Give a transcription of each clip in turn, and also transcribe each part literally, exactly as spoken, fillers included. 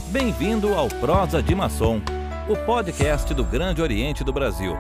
Bem-vindo ao Prosa de Maçom, o podcast do Grande Oriente do Brasil.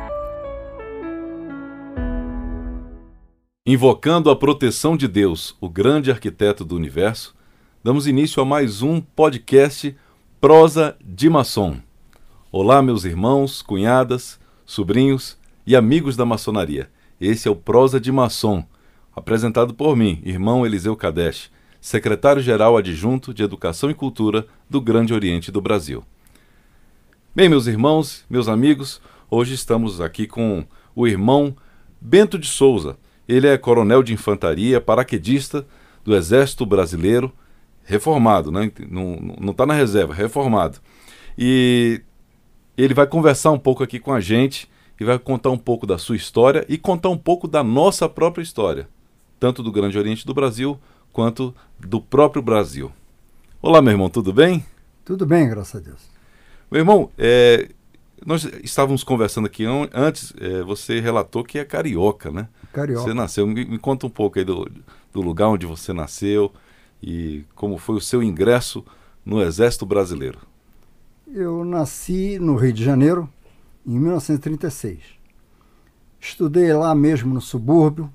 Invocando a proteção de Deus, o grande arquiteto do universo, damos início a mais um podcast Prosa de Maçom. Olá, meus irmãos, cunhadas, sobrinhos e amigos da maçonaria. Esse é o Prosa de Maçom, apresentado por mim, irmão Eliseu Kadesh, secretário-geral adjunto de Educação e Cultura do Grande Oriente do Brasil. Bem, meus irmãos, meus amigos, hoje estamos aqui com o irmão Bento de Souza. Ele é coronel de infantaria, paraquedista do Exército Brasileiro, reformado, né? Não está na reserva, reformado. E ele vai conversar um pouco aqui com a gente e vai contar um pouco da sua história e contar um pouco da nossa própria história, tanto do Grande Oriente do Brasil quanto do próprio Brasil. Olá, meu irmão, tudo bem? Tudo bem, graças a Deus. Meu irmão, é, nós estávamos conversando aqui antes, é, você relatou que é carioca, né? Carioca. Você nasceu, me, me conta um pouco aí do, do lugar onde você nasceu e como foi o seu ingresso no Exército Brasileiro. Eu nasci no Rio de Janeiro, em mil novecentos e trinta e seis. Estudei lá mesmo no subúrbio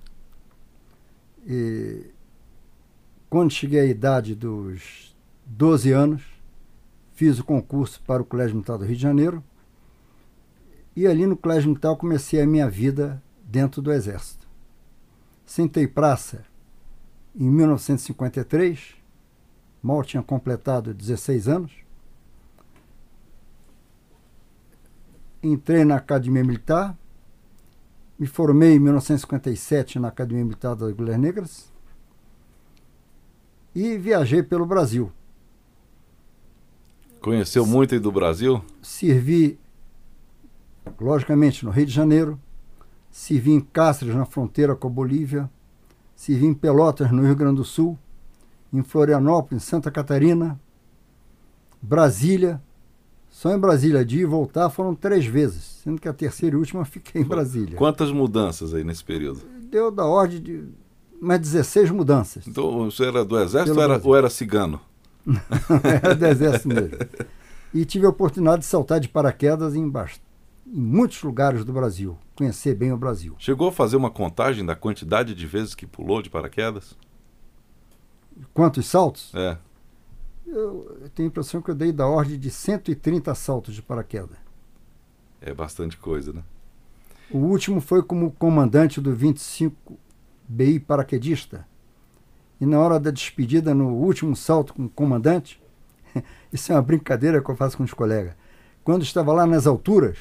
e quando cheguei à idade dos doze anos, fiz o concurso para o Colégio Militar do Rio de Janeiro e ali no Colégio Militar comecei a minha vida dentro do Exército. Sentei praça em mil novecentos e cinquenta e três, mal tinha completado dezesseis anos. Entrei na Academia Militar, me formei em mil novecentos e cinquenta e sete na Academia Militar das Agulhas Negras e viajei pelo Brasil. Conheceu muito aí do Brasil? Servi, logicamente, no Rio de Janeiro, servi em Cáceres, na fronteira com a Bolívia, servi em Pelotas, no Rio Grande do Sul, em Florianópolis, em Santa Catarina, Brasília. Só em Brasília, de ir e voltar, foram três vezes, sendo que a terceira e última eu fiquei em Brasília. Quantas mudanças aí nesse período? Deu da ordem de mais dezesseis mudanças. Então, você era do Exército ou era, ou era cigano? Era do Exército mesmo. E tive a oportunidade de saltar de paraquedas em, bast... em muitos lugares do Brasil, conhecer bem o Brasil. Chegou a fazer uma contagem da quantidade de vezes que pulou de paraquedas? Quantos saltos? É. Eu, eu tenho a impressão que eu dei da ordem de cento e trinta saltos de paraquedas. É bastante coisa, né? O último foi como comandante do vinte e cinco B I paraquedista. E na hora da despedida, no último salto com o comandante, isso é uma brincadeira que eu faço com os colegas. Quando estava lá nas alturas,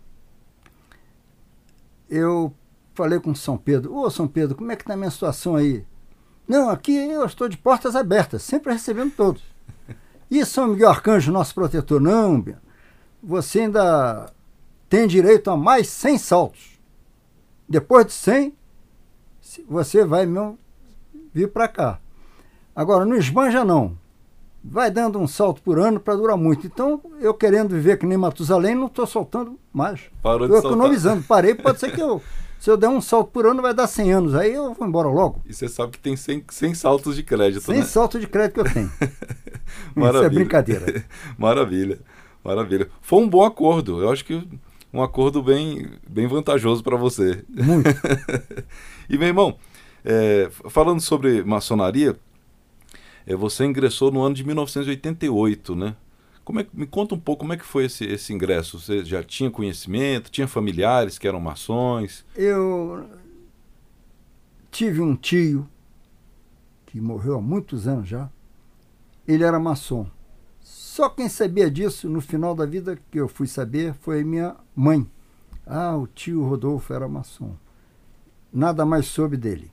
eu falei com São Pedro: ô São Pedro, como é que está a minha situação aí? Não, aqui eu estou de portas abertas, sempre recebendo todos. E São Miguel Arcanjo, nosso protetor? Não, você ainda tem direito a mais cem saltos. Depois de cem, você vai mesmo vir para cá. Agora, não esbanja não. Vai dando um salto por ano para durar muito. Então, eu querendo viver que nem Matusalém, não estou soltando mais. Parou de Estou economizando. Parei, pode ser que eu... Se eu der um salto por ano, vai dar cem anos. Aí eu vou embora logo. E você sabe que tem cem, cem saltos de crédito, cem né? saltos de crédito que eu tenho. Maravilha. Isso é brincadeira. Maravilha. Maravilha. Foi um bom acordo. Eu acho que um acordo bem, bem vantajoso para você. Muito. E, meu irmão, é, falando sobre maçonaria, é, você ingressou no ano de mil novecentos e oitenta e oito, né? Como é, me conta um pouco como é que foi esse, esse ingresso. Você já tinha conhecimento? Tinha familiares que eram maçons? Eu tive um tio que morreu há muitos anos já. Ele era maçom. Só quem sabia disso no final da vida que eu fui saber foi minha mãe. Ah, o tio Rodolfo era maçom. Nada mais soube dele.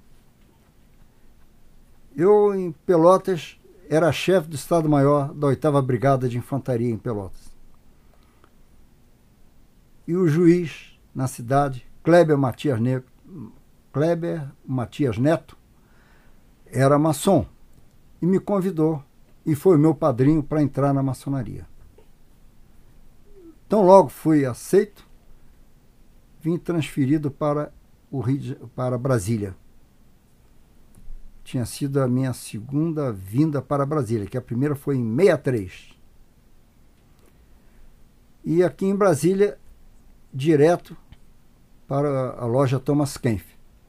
Eu, em Pelotas, era chefe do Estado-Maior da oitava Brigada de Infantaria em Pelotas. E o juiz na cidade, Kleber Matias, ne- Kleber Matias Neto, era maçom e me convidou e foi meu padrinho para entrar na maçonaria. Então logo fui aceito, vim transferido para, o Rio de, para Brasília. Tinha sido a minha segunda vinda para Brasília, que a primeira foi em sessenta e três. e aqui em Brasília, direto para a loja Thomas Kempf,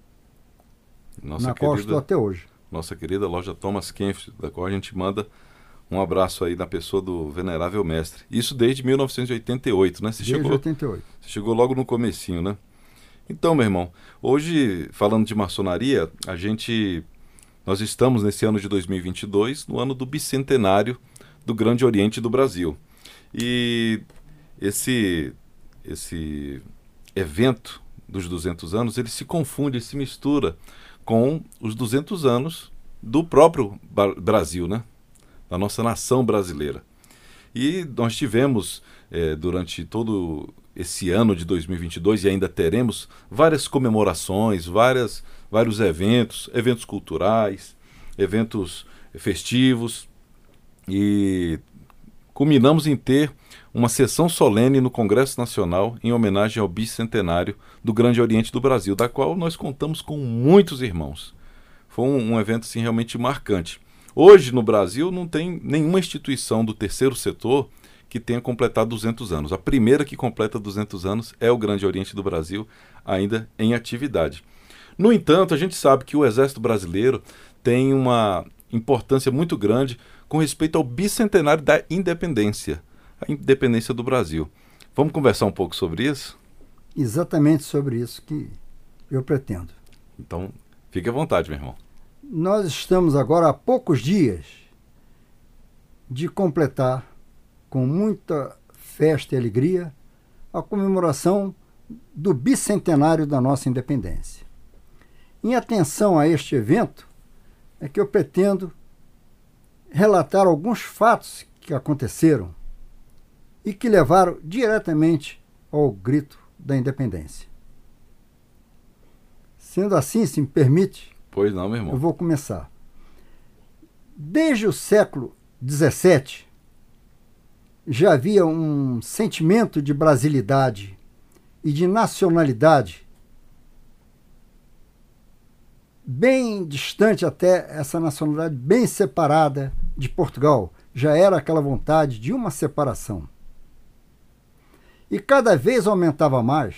Nossa na qual querida, estou até hoje. Nossa querida loja Thomas Kempf, da qual a gente manda um abraço aí na pessoa do venerável mestre. Isso desde mil novecentos e oitenta e oito, né? Você Desde chegou, oitenta e oito. Você chegou logo no comecinho, né? Então, meu irmão, hoje, falando de maçonaria, a gente... Nós estamos nesse ano de dois mil e vinte e dois, no ano do bicentenário do Grande Oriente do Brasil. E esse, esse evento dos duzentos anos, ele se confunde, se mistura com os duzentos anos do próprio Brasil, né? Da nossa nação brasileira. E nós tivemos, eh, durante todo esse ano de dois mil e vinte e dois, e ainda teremos, várias comemorações, várias, vários eventos, eventos culturais, eventos festivos, e culminamos em ter uma sessão solene no Congresso Nacional em homenagem ao bicentenário do Grande Oriente do Brasil, da qual nós contamos com muitos irmãos. Foi um, um evento assim, realmente marcante. Hoje, no Brasil, não tem nenhuma instituição do terceiro setor que tenha completado duzentos anos. A primeira que completa duzentos anos é o Grande Oriente do Brasil, ainda em atividade. No entanto, a gente sabe que o Exército Brasileiro tem uma importância muito grande com respeito ao bicentenário da independência, a independência do Brasil. Vamos conversar um pouco sobre isso? Exatamente sobre isso que eu pretendo. Então, fique à vontade, meu irmão. Nós estamos agora há poucos dias de completar, com muita festa e alegria, a comemoração do bicentenário da nossa independência. Em atenção a este evento, é que eu pretendo relatar alguns fatos que aconteceram e que levaram diretamente ao grito da independência. Sendo assim, se me permite, pois não, meu irmão. Eu vou começar. Desde o século dezessete, já havia um sentimento de brasilidade e de nacionalidade bem distante, até essa nacionalidade bem separada de Portugal. Já era aquela vontade de uma separação. E cada vez aumentava mais,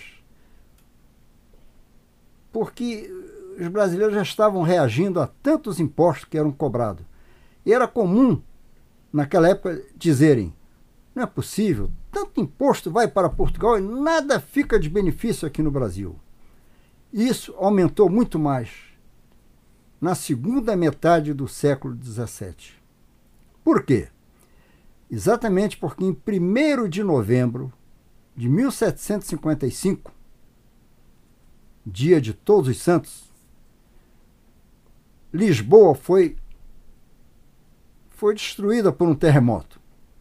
porque os brasileiros já estavam reagindo a tantos impostos que eram cobrados. E era comum, naquela época, dizerem: não é possível, tanto imposto vai para Portugal e nada fica de benefício aqui no Brasil. Isso aumentou muito mais na segunda metade do século dezessete. Por quê? Exatamente porque em primeiro de novembro de mil setecentos e cinquenta e cinco, dia de Todos os Santos, Lisboa foi, foi destruída por um terremoto.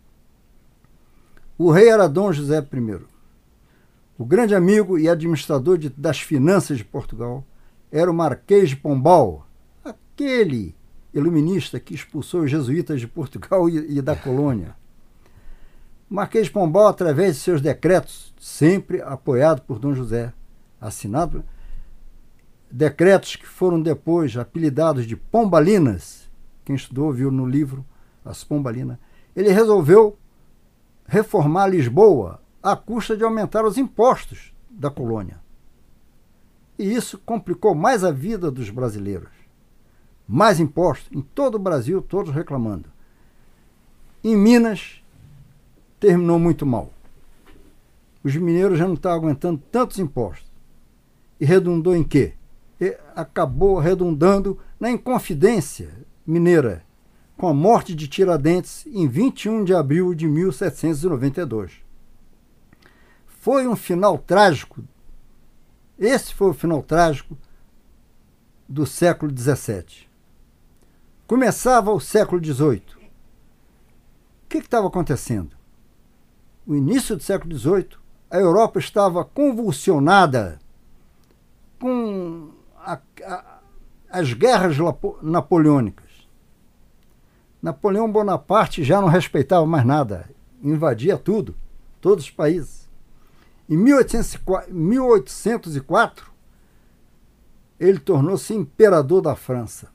O rei era Dom José I. O grande amigo e administrador de, das finanças de Portugal era o Marquês de Pombal, aquele iluminista que expulsou os jesuítas de Portugal e, e da colônia. O Marquês de Pombal, através de seus decretos, sempre apoiado por Dom José, assinado, decretos que foram depois apelidados de Pombalinas, quem estudou viu no livro As Pombalinas, ele resolveu reformar Lisboa à custa de aumentar os impostos da colônia. E isso complicou mais a vida dos brasileiros. Mais impostos em todo o Brasil, todos reclamando. Em Minas, terminou muito mal. Os mineiros já não estavam aguentando tantos impostos. E redundou em quê? E acabou redundando na Inconfidência Mineira, com a morte de Tiradentes em vinte e um de abril de mil setecentos e noventa e dois. Foi um final trágico. Esse foi o final trágico do século dezessete. Começava o século dezoito. O que estava acontecendo? No início do século dezoito, a Europa estava convulsionada com a, a, as guerras napoleônicas. Napoleão Bonaparte já não respeitava mais nada, invadia tudo, todos os países. Em mil oitocentos e quatro, ele tornou-se imperador da França.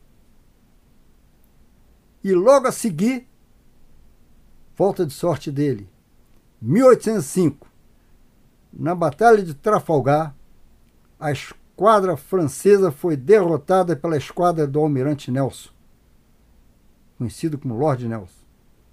E logo a seguir, falta de sorte dele, mil oitocentos e cinco, na Batalha de Trafalgar, a esquadra francesa foi derrotada pela esquadra do almirante Nelson, conhecido como Lord Nelson.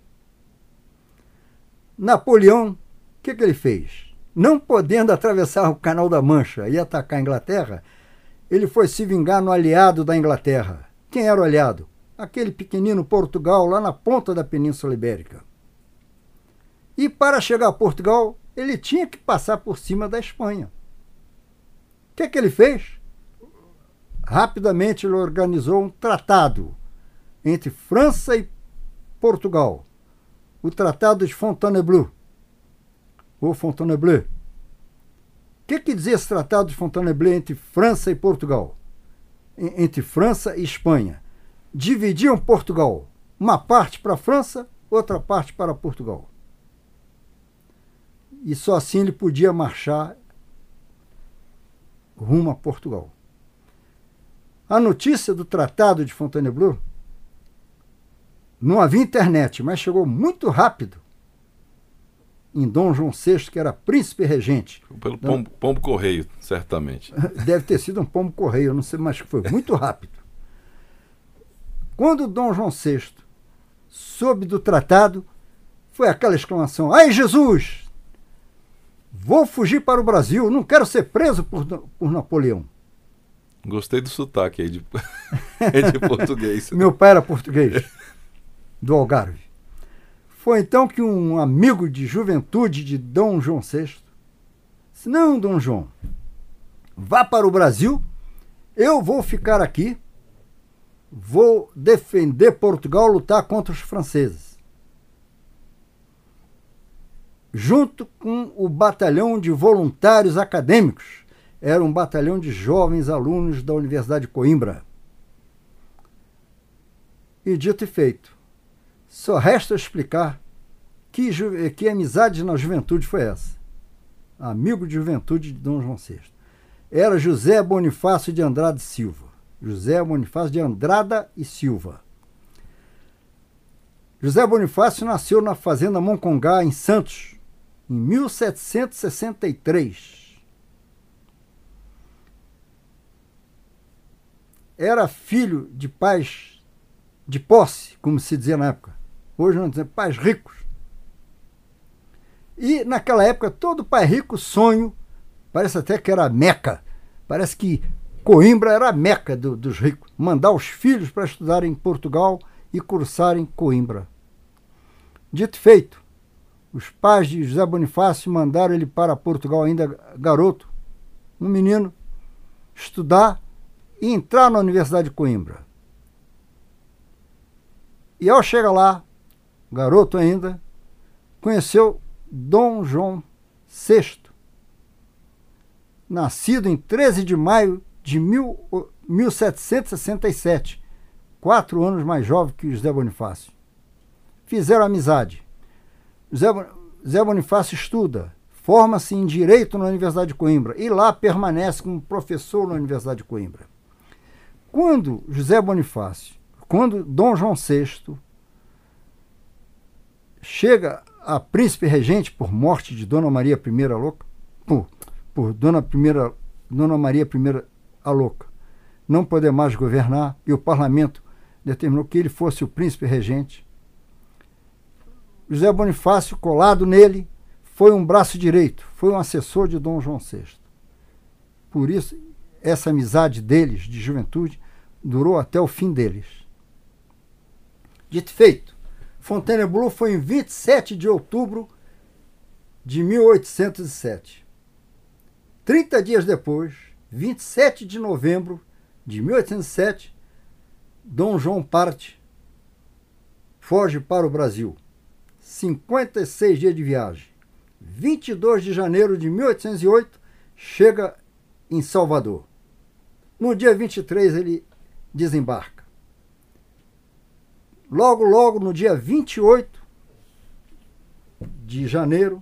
Napoleão, o que, que ele fez? Não podendo atravessar o Canal da Mancha e atacar a Inglaterra, ele foi se vingar no aliado da Inglaterra. Quem era o aliado? Aquele pequenino Portugal, lá na ponta da Península Ibérica. E para chegar a Portugal, ele tinha que passar por cima da Espanha. O que, que ele fez? Rapidamente ele organizou um tratado entre França e Portugal. O Tratado de Fontainebleau. Ou Fontainebleau. O que, que dizia esse Tratado de Fontainebleau entre França e Portugal? Entre França e Espanha. Dividiam Portugal. Uma parte para a França, outra parte para Portugal. E só assim ele podia marchar rumo a Portugal. A notícia do Tratado de Fontainebleau não havia internet, mas chegou muito rápido em Dom João sexto, que era príncipe regente. Pelo pombo, pombo correio, certamente. Deve ter sido um pombo correio, eu não sei, mas foi muito rápido. Quando Dom João sexto soube do tratado, foi aquela exclamação: ai, Jesus! Vou fugir para o Brasil, não quero ser preso por, por Napoleão. Gostei do sotaque aí de, de português. Meu pai era português, do Algarve. Foi então que um amigo de juventude de Dom João sexto disse: não, Dom João, vá para o Brasil, eu vou ficar aqui, vou defender Portugal, lutar contra os franceses. Junto com o batalhão de voluntários acadêmicos, era um batalhão de jovens alunos da Universidade de Coimbra. E dito e feito, só resta explicar que, ju- que amizade na juventude foi essa. Amigo de juventude de Dom João sexto. Era José Bonifácio de Andrada e Silva. José Bonifácio de Andrada e Silva. José Bonifácio nasceu na fazenda Moncongá, em Santos, em mil setecentos e sessenta e três. Era filho de pais de posse, como se dizia na época. Hoje não dizemos pais ricos. E naquela época, todo pai rico sonho, parece até que era a Meca. Parece que Coimbra era a Meca do, dos ricos. Mandar os filhos para estudar em Portugal e cursar em Coimbra. Dito e feito, os pais de José Bonifácio mandaram ele para Portugal ainda garoto, um menino, estudar e entrar na Universidade de Coimbra. E ao chegar lá, garoto ainda, conheceu Dom João sexto, nascido em treze de maio de mil setecentos e sessenta e sete, quatro anos mais jovem que José Bonifácio. Fizeram amizade. José, José Bonifácio estuda, forma-se em Direito na Universidade de Coimbra e lá permanece como professor na Universidade de Coimbra. Quando José Bonifácio, quando Dom João sexto chega a príncipe regente por morte de Dona Maria I a Louca, por, por Dona, primeira, Dona Maria I a Louca, não poder mais governar, e o parlamento determinou que ele fosse o príncipe regente, José Bonifácio, colado nele, foi um braço direito, foi um assessor de Dom João sexto. Por isso, essa amizade deles, de juventude, durou até o fim deles. Dito e feito, Fontainebleau foi em vinte e sete de outubro de mil oitocentos e sete. Trinta dias depois, vinte e sete de novembro de mil oitocentos e sete, Dom João parte, foge para o Brasil. cinquenta e seis dias de viagem. vinte e dois de janeiro de mil oitocentos e oito, chega em Salvador. No dia vinte e três ele desembarca. Logo, logo, no dia vinte e oito de janeiro,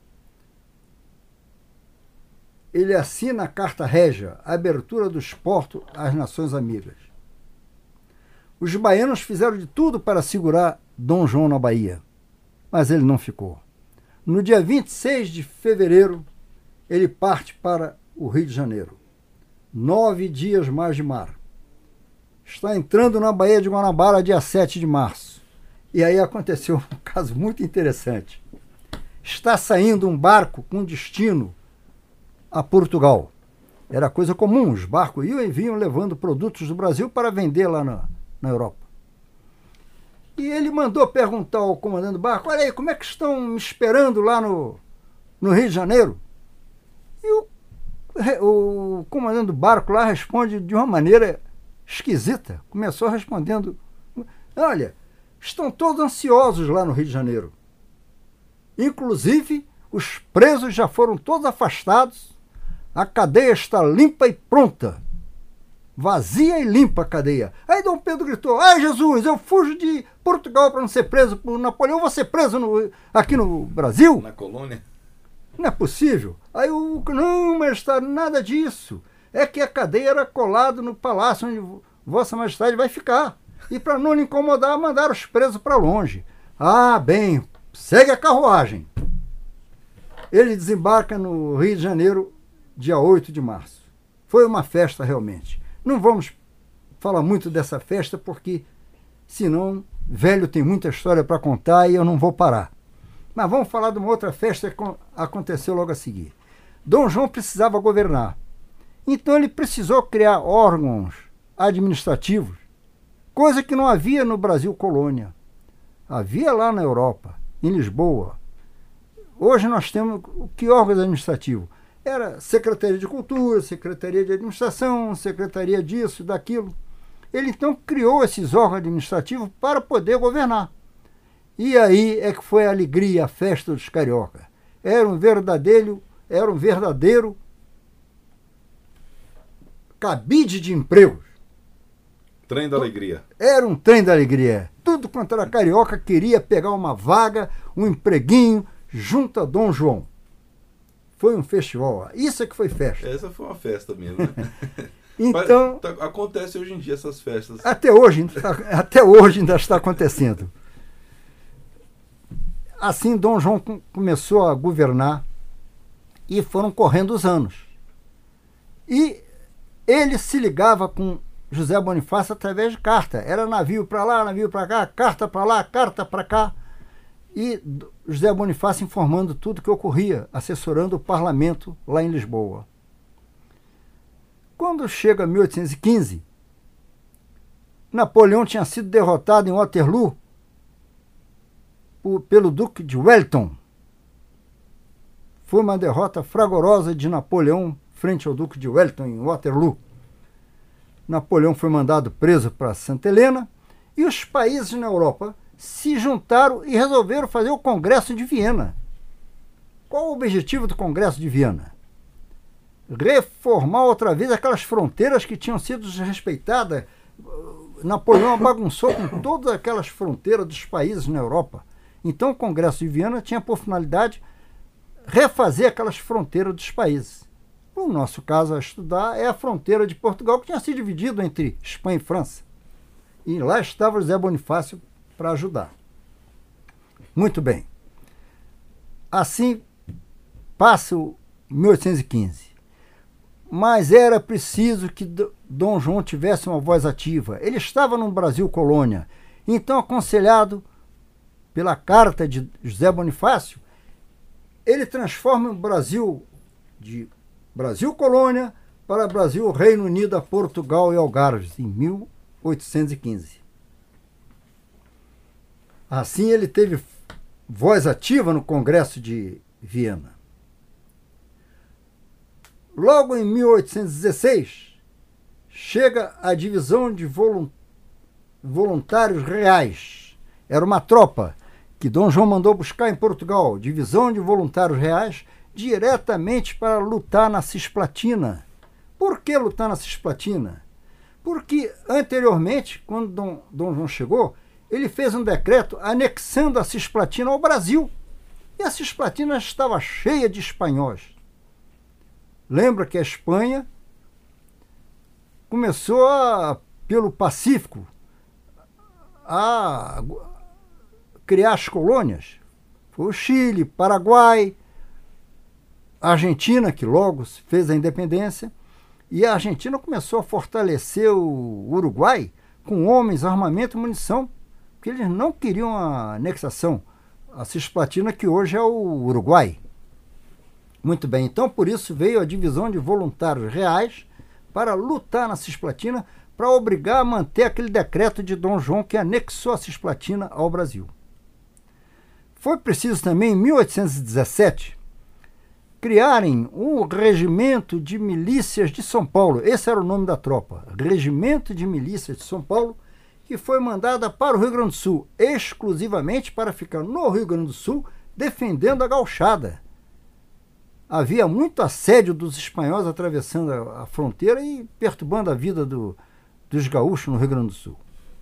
ele assina a Carta Régia, a abertura dos portos às Nações Amigas. Os baianos fizeram de tudo para segurar Dom João na Bahia, mas ele não ficou. No dia vinte e seis de fevereiro, ele parte para o Rio de Janeiro. Nove dias mais de mar. Está entrando na Baía de Guanabara dia sete de março. E aí aconteceu um caso muito interessante. Está saindo um barco com destino a Portugal. Era coisa comum, os barcos iam e vinham levando produtos do Brasil para vender lá na, na Europa. E ele mandou perguntar ao comandante do barco: olha aí, como é que estão me esperando lá no, no Rio de Janeiro? E o, o comandante do barco lá responde de uma maneira esquisita. Começou respondendo: olha, estão todos ansiosos lá no Rio de Janeiro. Inclusive, os presos já foram todos afastados, a cadeia está limpa e pronta. Vazia e limpa a cadeia. Aí Dom Pedro gritou: ai Jesus, eu fujo de Portugal para não ser preso por Napoleão, vou ser preso no, aqui no Brasil? Na colônia? Não é possível. Aí o não, majestade, nada disso. É que a cadeia era colada no palácio onde Vossa Majestade vai ficar. E para não lhe incomodar, mandaram os presos para longe. Ah, bem, segue a carruagem. Ele desembarca no Rio de Janeiro dia oito de março. Foi uma festa realmente. Não vamos falar muito dessa festa porque senão velho tem muita história para contar e eu não vou parar. Mas vamos falar de uma outra festa que aconteceu logo a seguir. Dom João precisava governar. Então ele precisou criar órgãos administrativos, coisa que não havia no Brasil colônia. Havia lá na Europa, em Lisboa. Hoje nós temos que órgãos administrativos? Era Secretaria de Cultura, Secretaria de Administração, Secretaria disso, daquilo. Ele então criou esses órgãos administrativos para poder governar. E aí é que foi a alegria, a festa dos cariocas. Era um verdadeiro, era um verdadeiro cabide de empregos. Trem da alegria. Era um trem da alegria. Tudo quanto era carioca queria pegar uma vaga, um empreguinho junto a Dom João. Foi um festival. Isso é que foi festa. Essa foi uma festa mesmo, né? Então, Mas, tá, acontece hoje em dia essas festas. Até hoje, até hoje ainda está acontecendo. Assim, Dom João começou a governar e foram correndo os anos. E ele se ligava com José Bonifácio através de carta. Era navio para lá, navio para cá, carta para lá, carta para cá. E José Bonifácio informando tudo que ocorria, assessorando o parlamento lá em Lisboa. Quando chega mil oitocentos e quinze, Napoleão tinha sido derrotado em Waterloo por, pelo Duque de Wellington. Foi uma derrota fragorosa de Napoleão frente ao Duque de Wellington em Waterloo. Napoleão foi mandado preso para Santa Helena e os países na Europa se juntaram e resolveram fazer o Congresso de Viena. Qual o objetivo do Congresso de Viena? Reformar outra vez aquelas fronteiras que tinham sido desrespeitadas. Napoleão bagunçou com todas aquelas fronteiras dos países na Europa. Então o Congresso de Viena tinha por finalidade refazer aquelas fronteiras dos países. O nosso caso a estudar é a fronteira de Portugal, que tinha sido dividido entre Espanha e França. E lá estava José Bonifácio para ajudar. Muito bem. Assim passa o mil oitocentos e quinze. Mas era preciso que Dom João tivesse uma voz ativa. Ele estava no Brasil colônia. Então, aconselhado pela carta de José Bonifácio, ele transforma o Brasil de Brasil colônia para Brasil Reino Unido, a Portugal e Algarves, em mil oitocentos e quinze. Assim ele teve voz ativa no Congresso de Viena. Logo em mil oitocentos e dezesseis, chega a divisão de voluntários reais. Era uma tropa que Dom João mandou buscar em Portugal, divisão de voluntários reais, diretamente para lutar na Cisplatina. Por que lutar na Cisplatina? Porque anteriormente, quando Dom, Dom João chegou, ele fez um decreto anexando a Cisplatina ao Brasil. E a Cisplatina estava cheia de espanhóis. Lembra que a Espanha começou a, pelo Pacífico a criar as colônias, Foi o Chile, Paraguai, a Argentina, que logo fez a independência, e a Argentina começou a fortalecer o Uruguai com homens, armamento e munição, porque eles não queriam a anexação, a Cisplatina, que hoje é o Uruguai. Muito bem, então por isso veio a divisão de voluntários reais para lutar na Cisplatina, para obrigar a manter aquele decreto de Dom João que anexou a Cisplatina ao Brasil. Foi preciso também, em mil oitocentos e dezessete, criarem um regimento de milícias de São Paulo. Esse era o nome da tropa, Regimento de Milícias de São Paulo, que foi mandada para o Rio Grande do Sul, exclusivamente para ficar no Rio Grande do Sul, defendendo a gauchada. Havia muito assédio dos espanhóis atravessando a, a fronteira e perturbando a vida do, dos gaúchos no Rio Grande do Sul.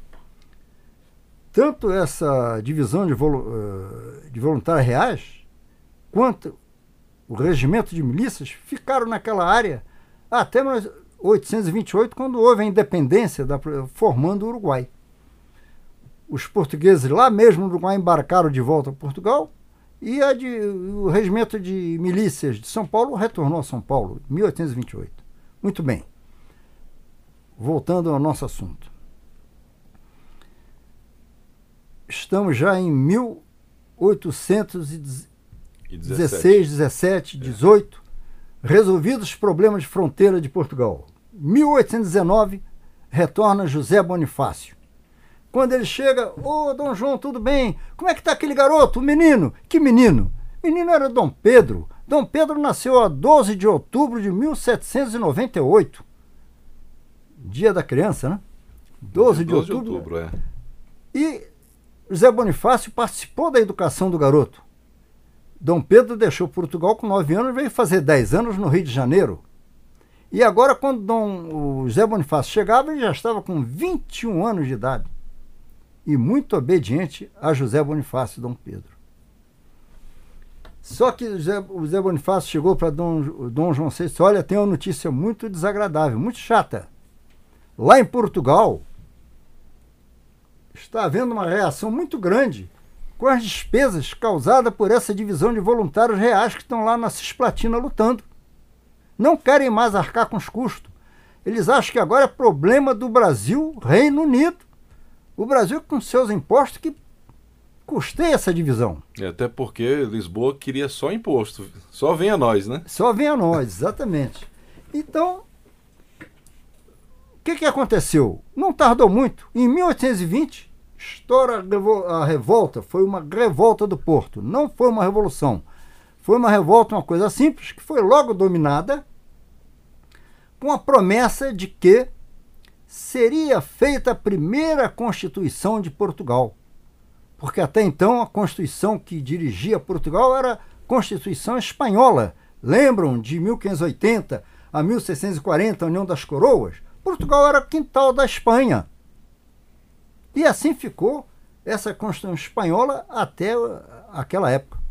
Tanto essa divisão de, volu de voluntários reais, quanto o regimento de milícias, ficaram naquela área até mil oitocentos e vinte e oito, quando houve a independência, da, formando o Uruguai. Os portugueses lá mesmo no Uruguai embarcaram de volta a Portugal, e a de, o regimento de milícias de São Paulo retornou a São Paulo, em mil oitocentos e vinte e oito. Muito bem. Voltando ao nosso assunto. Estamos já em mil oitocentos e dezesseis, dezessete, dezoito, resolvidos os problemas de fronteira de Portugal. mil oitocentos e dezenove, retorna José Bonifácio. Quando ele chega, ô oh, Dom João, tudo bem? Como é que está aquele garoto, o menino? Que menino? O menino era Dom Pedro. Dom Pedro nasceu a doze de outubro de mil setecentos e noventa e oito. Dia da criança, né? doze de outubro. de outubro, é. E José Bonifácio participou da educação do garoto. Dom Pedro deixou Portugal com nove anos e veio fazer dez anos no Rio de Janeiro. E agora, quando Dom, o José Bonifácio chegava, ele já estava com vinte e um anos de idade. E muito obediente a José Bonifácio, Dom Pedro. Só que o José, o José Bonifácio chegou para Dom, Dom João sexto, olha, tem uma notícia muito desagradável, muito chata. Lá em Portugal, está havendo uma reação muito grande com as despesas causadas por essa divisão de voluntários reais que estão lá na Cisplatina lutando. Não querem mais arcar com os custos. Eles acham que agora é problema do Brasil, Reino Unido. O Brasil com seus impostos que custeia essa divisão. É, até porque Lisboa queria só imposto. Só vem a nós, né? Só vem a nós, exatamente. Então, o que, que aconteceu? Não tardou muito. Em mil oitocentos e vinte, estoura a revolta. Foi uma revolta do Porto. Não foi uma revolução. Foi uma revolta, uma coisa simples, que foi logo dominada com a promessa de que seria feita a primeira Constituição de Portugal. Porque até então a Constituição que dirigia Portugal era a Constituição Espanhola. Lembram de mil quinhentos e oitenta a mil seiscentos e quarenta, a União das Coroas? Portugal era quintal da Espanha. E assim ficou essa Constituição Espanhola até aquela época.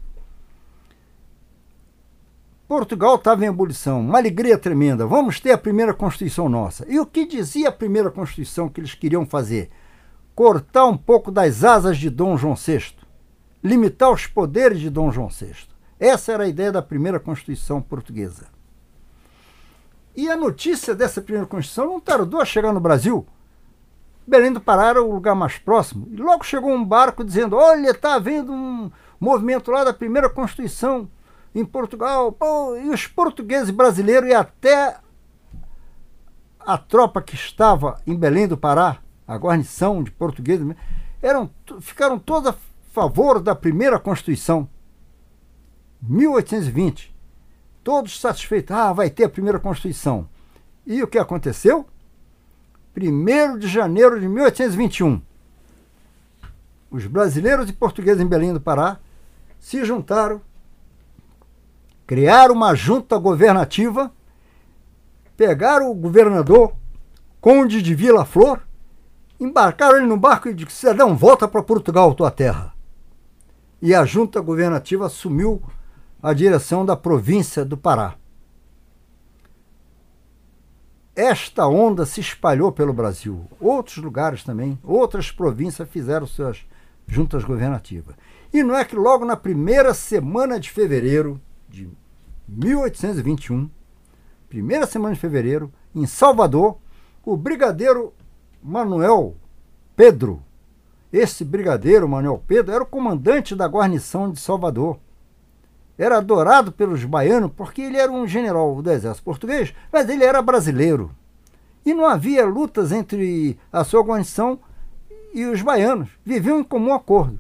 Portugal estava em ebulição, uma alegria tremenda. Vamos ter a primeira Constituição nossa. E o que dizia a primeira Constituição que eles queriam fazer? Cortar um pouco das asas de Dom João sexto. Limitar os poderes de Dom João sexto. Essa era a ideia da primeira Constituição portuguesa. E a notícia dessa primeira Constituição não tardou a chegar no Brasil. Belém do Pará era o lugar mais próximo. E logo chegou um barco dizendo, olha, está havendo um movimento lá da primeira Constituição em Portugal. Pô, e os portugueses brasileiros e até a tropa que estava em Belém do Pará, a guarnição de portugueses, eram, ficaram todos a favor da primeira Constituição. mil oitocentos e vinte. Todos satisfeitos. Ah, vai ter a primeira Constituição. E o que aconteceu? primeiro de janeiro de mil oitocentos e vinte e um. Os brasileiros e portugueses em Belém do Pará se juntaram, criaram uma junta governativa, pegaram o governador, Conde de Vila Flor, embarcaram ele no barco e disseram, cidadão, volta para Portugal, tua terra. E a junta governativa assumiu a direção da província do Pará. Esta onda se espalhou pelo Brasil. Outros lugares também, outras províncias fizeram suas juntas governativas. E não é que logo na primeira semana de fevereiro de mil oitocentos e vinte e um, primeira semana de fevereiro, em Salvador, o brigadeiro Manuel Pedro, esse brigadeiro Manuel Pedro era o comandante da guarnição de Salvador. Era adorado pelos baianos porque ele era um general do exército português, mas ele era brasileiro. E não havia lutas entre a sua guarnição e os baianos. Viviam em comum acordo.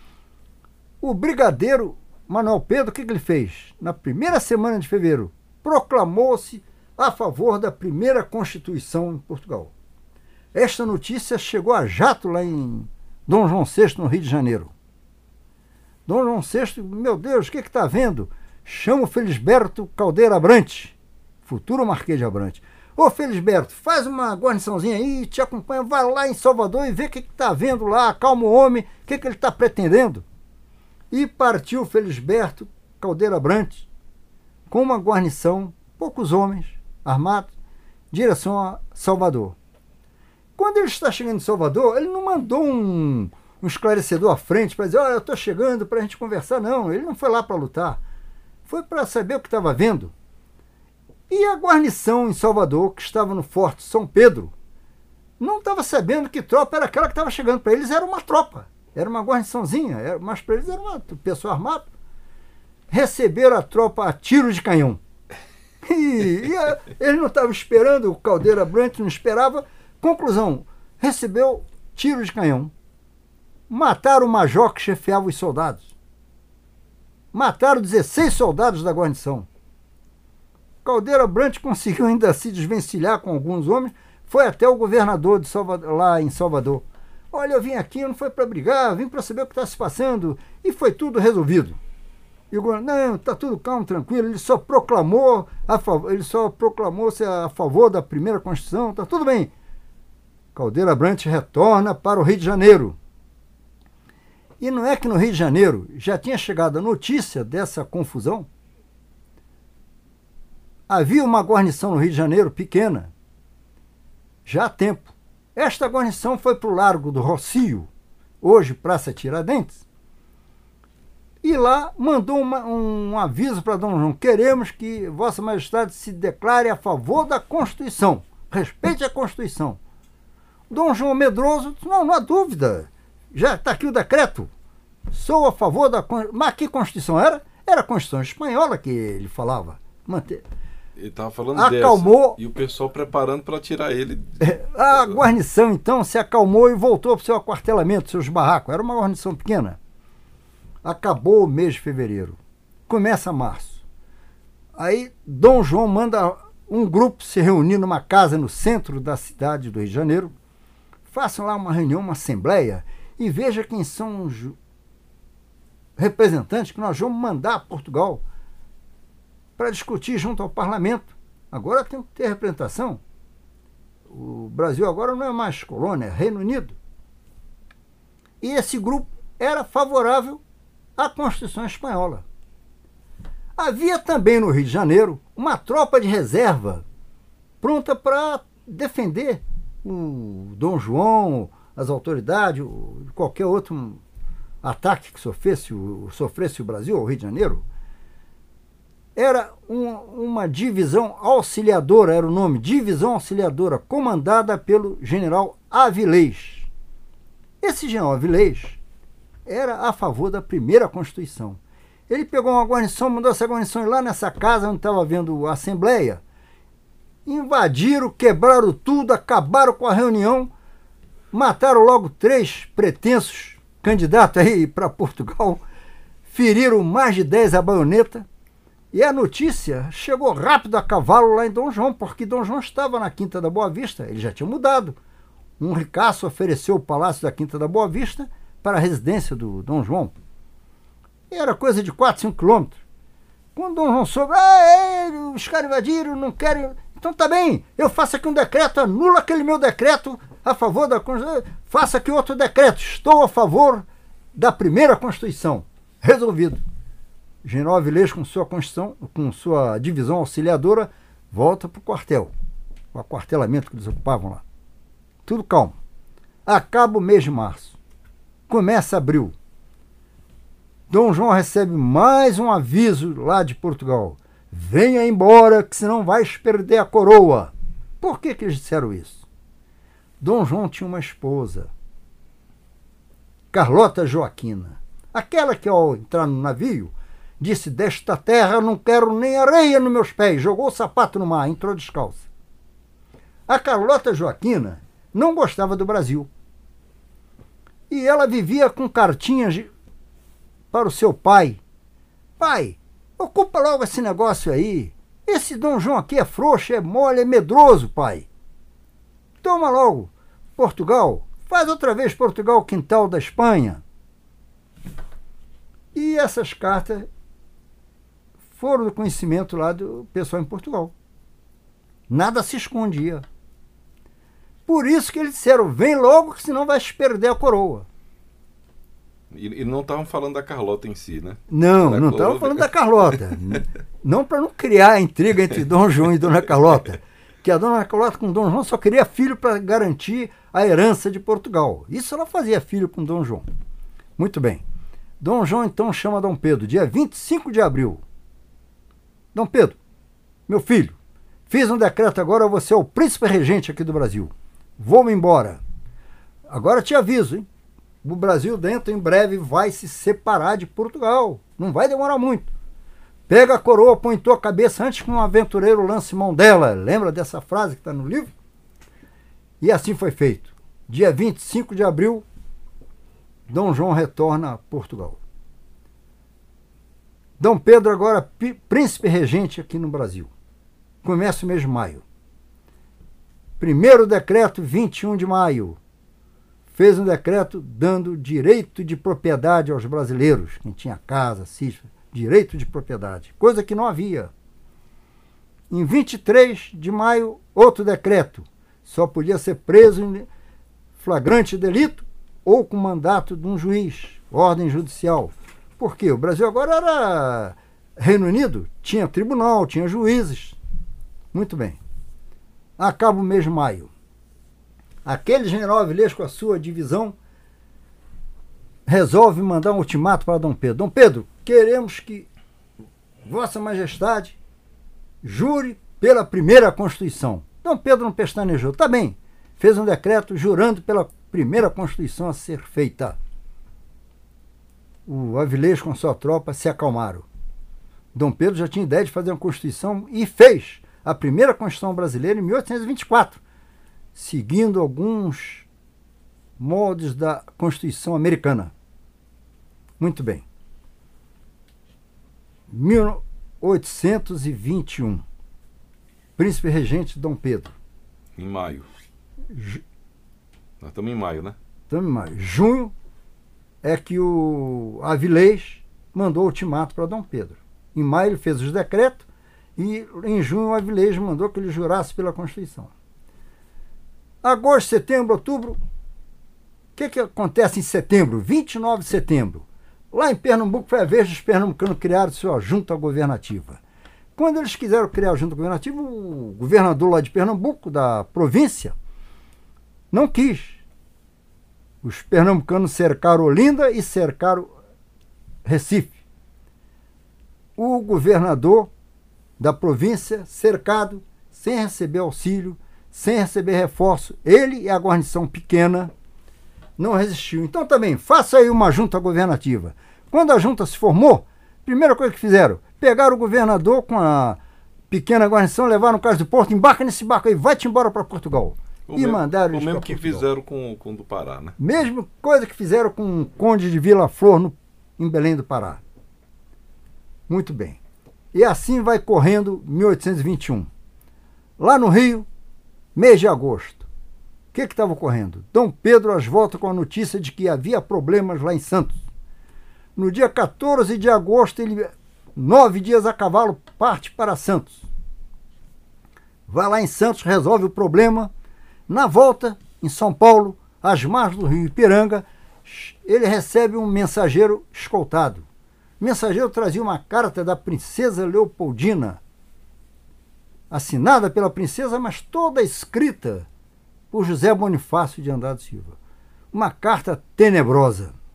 O brigadeiro Manuel Pedro, o que, que ele fez? Na primeira semana de fevereiro, proclamou-se a favor da primeira Constituição em Portugal. Esta notícia chegou a jato lá em Dom João sexto, no Rio de Janeiro. Dom João sexto, meu Deus, o que está vendo? Chama o Felisberto Caldeira Abrantes, futuro Marquês de Abrantes. Ô Felisberto, faz uma guarniçãozinha aí, te acompanha, vai lá em Salvador e vê o que está vendo lá, acalma o homem, o que, que ele está pretendendo. E partiu Felisberto Caldeira Abrantes com uma guarnição, poucos homens armados, em direção a Salvador. Quando ele está chegando em Salvador, ele não mandou um... um esclarecedor à frente para dizer, olha, eu estou chegando para a gente conversar. Não, ele não foi lá para lutar. Foi para saber o que estava vendo. E a guarnição em Salvador, que estava no Forte São Pedro, não estava sabendo que tropa era aquela que estava chegando. Para eles era uma tropa, era uma guarniçãozinha, era, mas para eles era uma pessoa armada. Receberam a tropa a tiros de canhão. E, e a, eles não estavam esperando, o Caldeira Abrantes não esperava. Conclusão, recebeu tiros de canhão. Mataram o major que chefiava os soldados. Mataram dezesseis soldados da guarnição. Caldeira Abrantes conseguiu ainda se desvencilhar com alguns homens, foi até o governador de Salvador, lá em Salvador. Olha, eu vim aqui, não foi para brigar, vim para saber o que está se passando, e foi tudo resolvido. E o governador, não, está tudo calmo, tranquilo, ele só proclamou a favor, ele só proclamou-se a favor da primeira Constituição, está tudo bem. Caldeira Abrantes retorna para o Rio de Janeiro. E não é que no Rio de Janeiro já tinha chegado a notícia dessa confusão? Havia uma guarnição no Rio de Janeiro pequena, já há tempo. Esta guarnição foi para o Largo do Rocio, hoje Praça Tiradentes, e lá mandou uma, um aviso para Dom João: queremos que Vossa Majestade se declare a favor da Constituição, respeite a Constituição. Dom João medroso disse: não, não há dúvida, já está aqui o decreto, sou a favor da Constituição. Mas que Constituição era? Era a Constituição espanhola que ele falava. Manter. Ele estava falando acalmou, dessa, e o pessoal preparando para tirar ele. A guarnição, então, se acalmou e voltou para o seu aquartelamento, seus barracos. Era uma guarnição pequena. Acabou o mês de fevereiro. Começa março. Aí Dom João manda um grupo se reunir numa casa no centro da cidade do Rio de Janeiro. Façam lá uma reunião, uma assembleia, e veja quem são os representantes que nós vamos mandar a Portugal para discutir junto ao parlamento. Agora tem que ter representação. O Brasil agora não é mais colônia, é Reino Unido. E esse grupo era favorável à Constituição Espanhola. Havia também no Rio de Janeiro uma tropa de reserva pronta para defender o Dom João, as autoridades, qualquer outro ataque que sofresse, sofresse o Brasil, ou o Rio de Janeiro. Era um, uma divisão auxiliadora, era o nome, divisão auxiliadora, comandada pelo general Avilés. Esse general Avilés era a favor da primeira Constituição. Ele pegou uma guarnição, mandou essa guarnição ir lá nessa casa onde estava havendo a assembleia, invadiram, quebraram tudo, acabaram com a reunião, mataram logo três pretensos candidatos aí para Portugal, feriram mais de dez a baioneta. E a notícia chegou rápido a cavalo lá em Dom João, porque Dom João estava na Quinta da Boa Vista, ele já tinha mudado. Um ricaço ofereceu o Palácio da Quinta da Boa Vista para a residência do Dom João. E era coisa de quatro, cinco quilômetros. Quando Dom João soube, ah, é, os caras invadiram, não querem... Então tá bem, eu faço aqui um decreto, anula aquele meu decreto a favor da Constituição, faça aqui outro decreto, estou a favor da primeira Constituição. Resolvido. General Avilés, com sua Constituição, com sua divisão auxiliadora, volta para o quartel, o aquartelamento que eles ocupavam lá. Tudo calmo. Acaba o mês de março. Começa abril. Dom João recebe mais um aviso lá de Portugal. Venha embora, que senão vais perder a coroa. Por que que eles disseram isso? Dom João tinha uma esposa, Carlota Joaquina. Aquela que, ao entrar no navio, disse: desta terra não quero nem areia nos meus pés. Jogou o sapato no mar, entrou descalça. A Carlota Joaquina não gostava do Brasil. E ela vivia com cartinhas para o seu pai. Pai, ocupa logo esse negócio aí. Esse Dom João aqui é frouxo, é mole, é medroso, pai. Toma logo Portugal. Faz outra vez Portugal quintal da Espanha. E essas cartas foram do conhecimento lá do pessoal em Portugal. Nada se escondia. Por isso que eles disseram: vem logo, que senão vai perder a coroa. E, e não estavam falando da Carlota em si, né? Não, da não estavam falando da Carlota. Não para não criar a intriga entre Dom João e Dona Carlota. Que a Dona Carlota com Dom João só queria filho para garantir a herança de Portugal. Isso ela fazia filho com Dom João. Muito bem. Dom João então chama Dom Pedro, dia vinte e cinco de abril. Dom Pedro, meu filho, fiz um decreto agora, você é o príncipe regente aqui do Brasil. Vou-me embora. Agora te aviso, hein? O Brasil dentro em breve vai se separar de Portugal. Não vai demorar muito. Pega a coroa, põe em tua cabeça antes que um aventureiro lance mão dela. Lembra dessa frase que está no livro? E assim foi feito. Dia vinte e cinco de abril, Dom João retorna a Portugal. Dom Pedro agora príncipe regente aqui no Brasil. Começa o mês de maio. Primeiro decreto, vinte e um de maio. Fez um decreto dando direito de propriedade aos brasileiros. Quem tinha casa, sítio, direito de propriedade. Coisa que não havia. Em vinte e três de maio, outro decreto. Só podia ser preso em flagrante delito ou com mandato de um juiz, ordem judicial. Por quê? O Brasil agora era Reino Unido, tinha tribunal, tinha juízes. Muito bem. Acaba o mês de maio. Aquele general Avilés, com a sua divisão, resolve mandar um ultimato para Dom Pedro. Dom Pedro, queremos que Vossa Majestade jure pela primeira Constituição. Dom Pedro não pestanejou. Tá bem, fez um decreto jurando pela primeira Constituição a ser feita. O Avilés com sua tropa se acalmaram. Dom Pedro já tinha ideia de fazer uma Constituição e fez a primeira Constituição brasileira em mil oitocentos e vinte e quatro, seguindo alguns moldes da Constituição americana. Muito bem. mil oitocentos e vinte e um. Príncipe regente Dom Pedro. Em maio. Ju... Nós estamos em maio, né? Estamos em maio. Junho é que o Avilés mandou o ultimato para Dom Pedro. Em maio ele fez os decretos e em junho o Avilés mandou que ele jurasse pela Constituição. Agosto, setembro, outubro. O que, que acontece em setembro? vinte e nove de setembro. Lá em Pernambuco foi a vez dos pernambucanos criaram sua junta governativa. Quando eles quiseram criar a junta governativa, o governador lá de Pernambuco, da província, não quis. Os pernambucanos cercaram Olinda e cercaram Recife. O governador da província, cercado, sem receber auxílio, sem receber reforço, ele e a guarnição pequena, não resistiu. Então também, faça aí uma junta governativa. Quando a junta se formou, primeira coisa que fizeram, pegaram o governador com a pequena guarnição, levaram no Cais do Porto, embarca nesse barco aí, vai-te embora para Portugal. O e mesmo, mandaram o eles mesmo para que Portugal. fizeram com, com o do Pará, né? Mesma coisa que fizeram com o Conde de Vila Flor, no, em Belém do Pará. Muito bem. E assim vai correndo mil oitocentos e vinte e um. Lá no Rio, mês de agosto. O que estava ocorrendo? Dom Pedro às voltas com a notícia de que havia problemas lá em Santos. No dia quatorze de agosto, ele, nove dias a cavalo, parte para Santos. Vai lá em Santos, resolve o problema. Na volta, em São Paulo, às margens do rio Ipiranga, ele recebe um mensageiro escoltado. O mensageiro trazia uma carta da princesa Leopoldina, assinada pela princesa, mas toda escrita por José Bonifácio de Andrade Silva. Uma carta tenebrosa.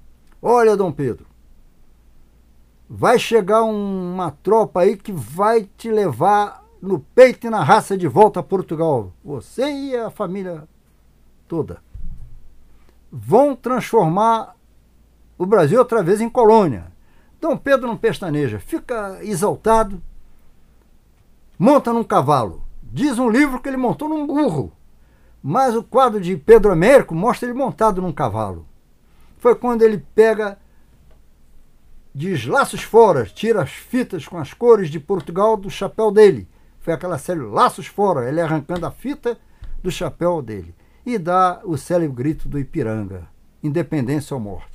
olha, Dom Pedro, vai chegar um, uma tropa aí que vai te levar no peito e na raça de volta a Portugal. Você e a família toda. Vão transformar o Brasil outra vez em colônia. Dom Pedro não pestaneja, fica exaltado, monta num cavalo. Diz um livro que ele montou num burro, mas o quadro de Pedro Américo mostra ele montado num cavalo. Foi quando ele pega, diz laços fora, tira as fitas com as cores de Portugal do chapéu dele. Foi aquela série Laços Fora, ele arrancando a fita do chapéu dele. E dá o célebre grito do Ipiranga, independência ou morte.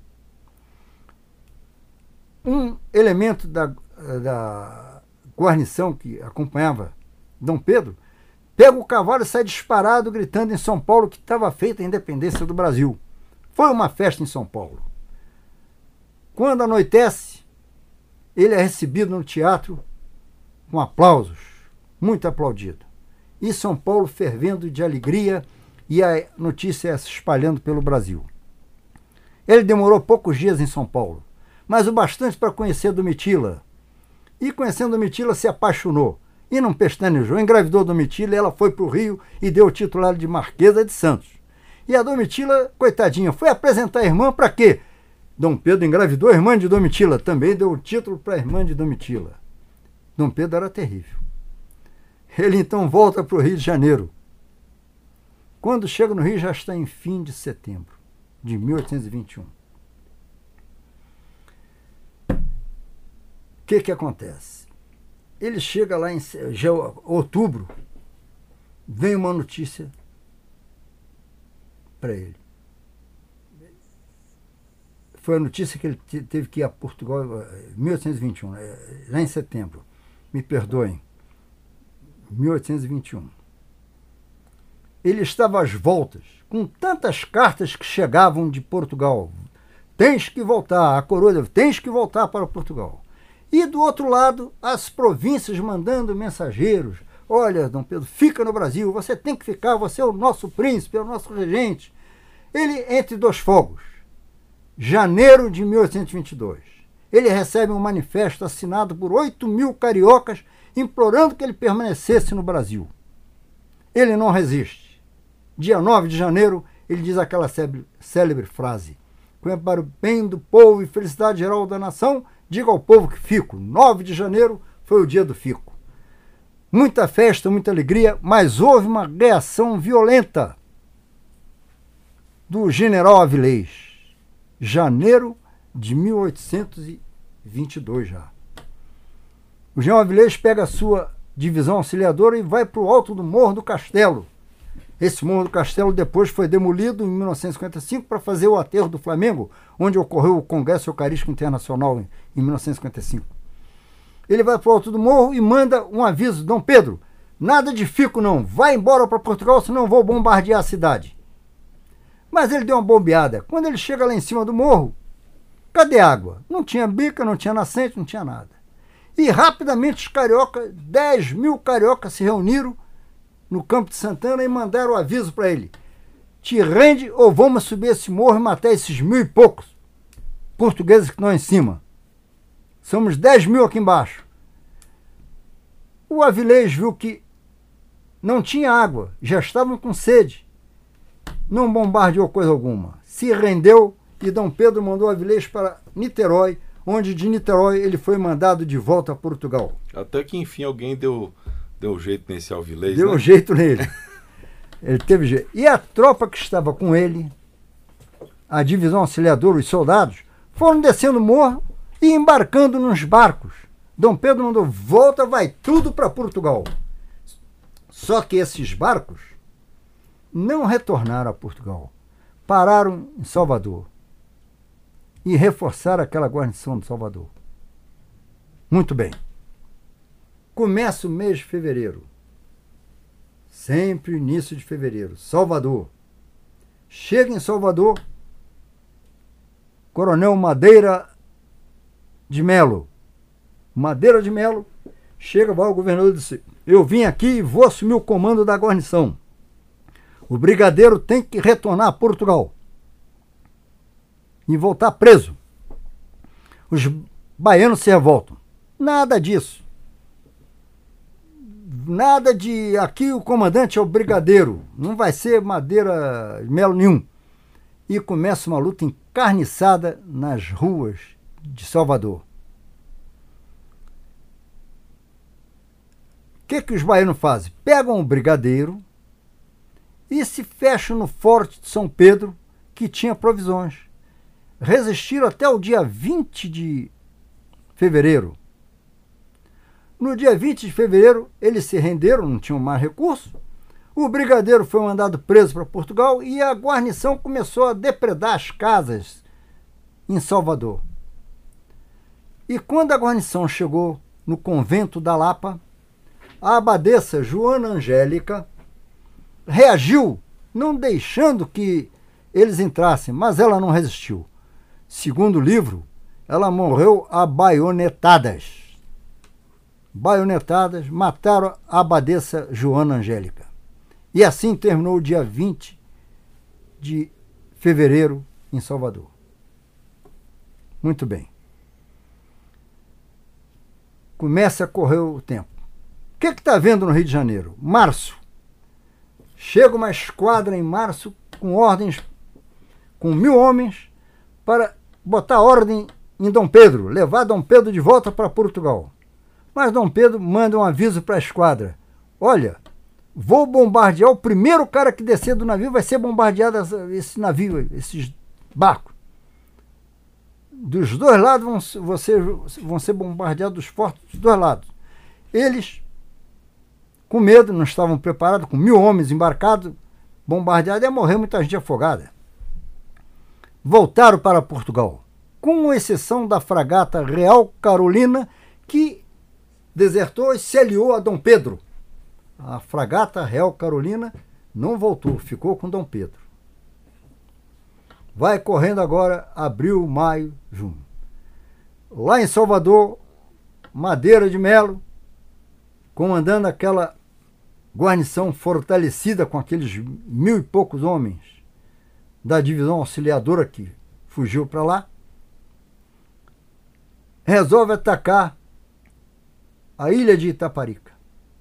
Um elemento da, da guarnição que acompanhava Dom Pedro pega o cavalo e sai disparado gritando em São Paulo que estava feita a independência do Brasil. Foi uma festa em São Paulo. Quando anoitece, ele é recebido no teatro com aplausos, muito aplaudido. E São Paulo fervendo de alegria e a notícia se espalhando pelo Brasil. Ele demorou poucos dias em São Paulo, mas o bastante para conhecer Domitila. E conhecendo Domitila se apaixonou. E não pestanejou, engravidou Domitila e ela foi para o Rio e deu o título de Marquesa de Santos. E a Domitila, coitadinha, foi apresentar a irmã para quê? Dom Pedro engravidou a irmã de Domitila, também deu o título para a irmã de Domitila. Dom Pedro era terrível. Ele então volta para o Rio de Janeiro. Quando chega no Rio já está em fim de setembro de mil oitocentos e vinte e um. O que que acontece? Ele chega lá em já, outubro, vem uma notícia para ele. Foi a notícia que ele teve que ir a Portugal em mil oitocentos e vinte e um, já em setembro. Me perdoem. mil oitocentos e vinte e um. Ele estava às voltas, com tantas cartas que chegavam de Portugal. Tens que voltar, a coroa, tens que voltar para Portugal. E do outro lado, as províncias mandando mensageiros. Olha, Dom Pedro, fica no Brasil, você tem que ficar, você é o nosso príncipe, é o nosso regente. Ele, entre dois fogos, janeiro de mil oitocentos e vinte e dois, ele recebe um manifesto assinado por oito mil cariocas implorando que ele permanecesse no Brasil. Ele não resiste. Dia nove de janeiro, ele diz aquela célebre, célebre frase: para o bem do povo e felicidade geral da nação, diga ao povo que fico. nove de janeiro foi o dia do fico. Muita festa, muita alegria, mas houve uma reação violenta do general Avilés. Janeiro de mil oitocentos e vinte e dois já. O general Avilés pega a sua divisão auxiliadora e vai para o alto do Morro do Castelo. Esse Morro do Castelo depois foi demolido em mil novecentos e cinquenta e cinco para fazer o aterro do Flamengo, onde ocorreu o Congresso Eucarístico Internacional em mil novecentos e cinquenta e cinco. Ele vai para o alto do morro e manda um aviso: Dom Pedro, nada de fico não, vai embora para Portugal, senão vou bombardear a cidade. Mas ele deu uma bombeada. Quando ele chega lá em cima do morro, cadê água? Não tinha bica, não tinha nascente, não tinha nada. E rapidamente os cariocas, dez mil cariocas se reuniram no Campo de Santana e mandaram o aviso para ele: te rende ou vamos subir esse morro e matar esses mil e poucos portugueses que estão em cima. Somos dez mil aqui embaixo. O Avilés viu que não tinha água, já estavam com sede. Não bombardeou coisa alguma. Se rendeu e Dom Pedro mandou Avilés para Niterói, onde de Niterói ele foi mandado de volta a Portugal. Até que enfim alguém deu, deu jeito nesse Avilés, Deu né? um jeito nele. Ele teve jeito. E a tropa que estava com ele, a divisão auxiliadora, os soldados, foram descendo o morro e embarcando nos barcos. Dom Pedro mandou: volta, vai tudo para Portugal. Só que esses barcos não retornaram a Portugal. Pararam em Salvador e reforçaram aquela guarnição de Salvador. Muito bem. Começa o mês de fevereiro. Sempre início de fevereiro. Salvador. Chega em Salvador Coronel Madeira de Melo. Madeira de Melo chega, vai ao governador e diz: eu vim aqui e vou assumir o comando da guarnição. O brigadeiro tem que retornar a Portugal. e voltar preso. Os baianos se revoltam. Nada disso. Nada de aqui o comandante é o brigadeiro, não vai ser madeira melo nenhum. E começa uma luta encarniçada nas ruas de Salvador. O que, que os baianos fazem? Pegam o brigadeiro e se fecham no Forte de São Pedro, que tinha provisões. Resistiram até o dia vinte de fevereiro. No dia vinte de fevereiro, eles se renderam, não tinham mais recurso. O brigadeiro foi mandado preso para Portugal e a guarnição começou a depredar as casas em Salvador. E quando a guarnição chegou no convento da Lapa, a abadesa Joana Angélica reagiu, não deixando que eles entrassem, mas ela não resistiu. Segundo o livro, ela morreu a baionetadas. Baionetadas mataram a abadesa Joana Angélica. E assim terminou o dia vinte de fevereiro em Salvador. Muito bem. Começa a correr o tempo. O que está havendo no Rio de Janeiro? Março. Chega uma esquadra em março com ordens, com mil homens, para botar ordem em Dom Pedro, levar Dom Pedro de volta para Portugal. Mas Dom Pedro manda um aviso para a esquadra. Olha, vou bombardear, o primeiro cara que descer do navio vai ser bombardeado esse navio, esses barcos. Dos dois lados vão, vão, ser, vão ser bombardeados os fortes dos dois lados. Eles, com medo, não estavam preparados, com mil homens embarcados, bombardeados, ia morrer muita gente afogada. Voltaram para Portugal, com exceção da fragata Real Carolina, que desertou e se aliou a Dom Pedro. A fragata Real Carolina não voltou, ficou com Dom Pedro. Vai correndo agora abril, maio, junho. Lá em Salvador, Madeira de Melo, comandando aquela guarnição fortalecida com aqueles mil e poucos homens da divisão auxiliadora que fugiu para lá, resolve atacar a ilha de Itaparica.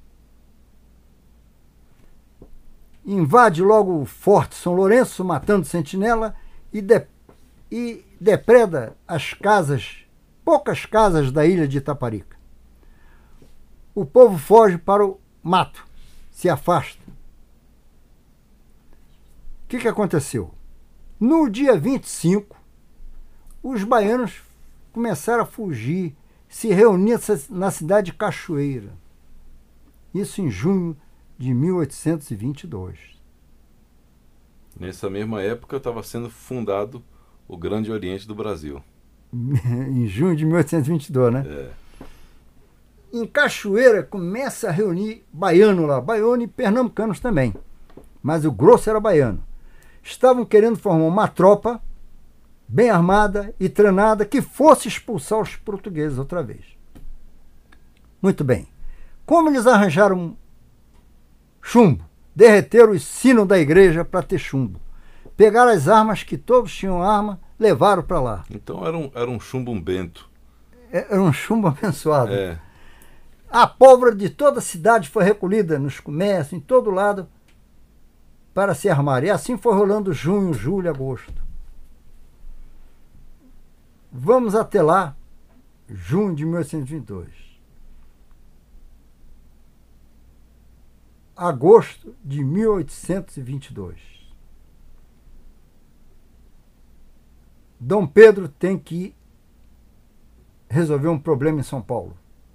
Invade logo o Forte São Lourenço, matando sentinela, e, de, e depreda as casas, poucas casas da ilha de Itaparica. O povo foge para o mato, se afasta. O que, que aconteceu? No dia vinte e cinco, os baianos começaram a fugir, se reuniam na cidade de Cachoeira. Isso em junho de mil oitocentos e vinte e dois. Nessa mesma época estava sendo fundado o Grande Oriente do Brasil. Em junho de mil oitocentos e vinte e dois, né? É. Em Cachoeira começa a reunir baiano lá, baiano e pernambucanos também. Mas o grosso era baiano. Estavam querendo formar uma tropa bem armada e treinada que fosse expulsar os portugueses outra vez. Muito bem. Como eles arranjaram chumbo? Derreteram o sino da igreja para ter chumbo. Pegaram as armas, que todos tinham arma, levaram para lá. Então era um, era um chumbo bento. Era um chumbo abençoado. É. A pólvora de toda a cidade foi recolhida nos comércios, em todo lado, para se armar. E assim foi rolando junho, julho, agosto. Vamos até lá, junho de mil oitocentos e vinte e dois. Agosto de mil oitocentos e vinte e dois. Dom Pedro tem que resolver um problema em São Paulo.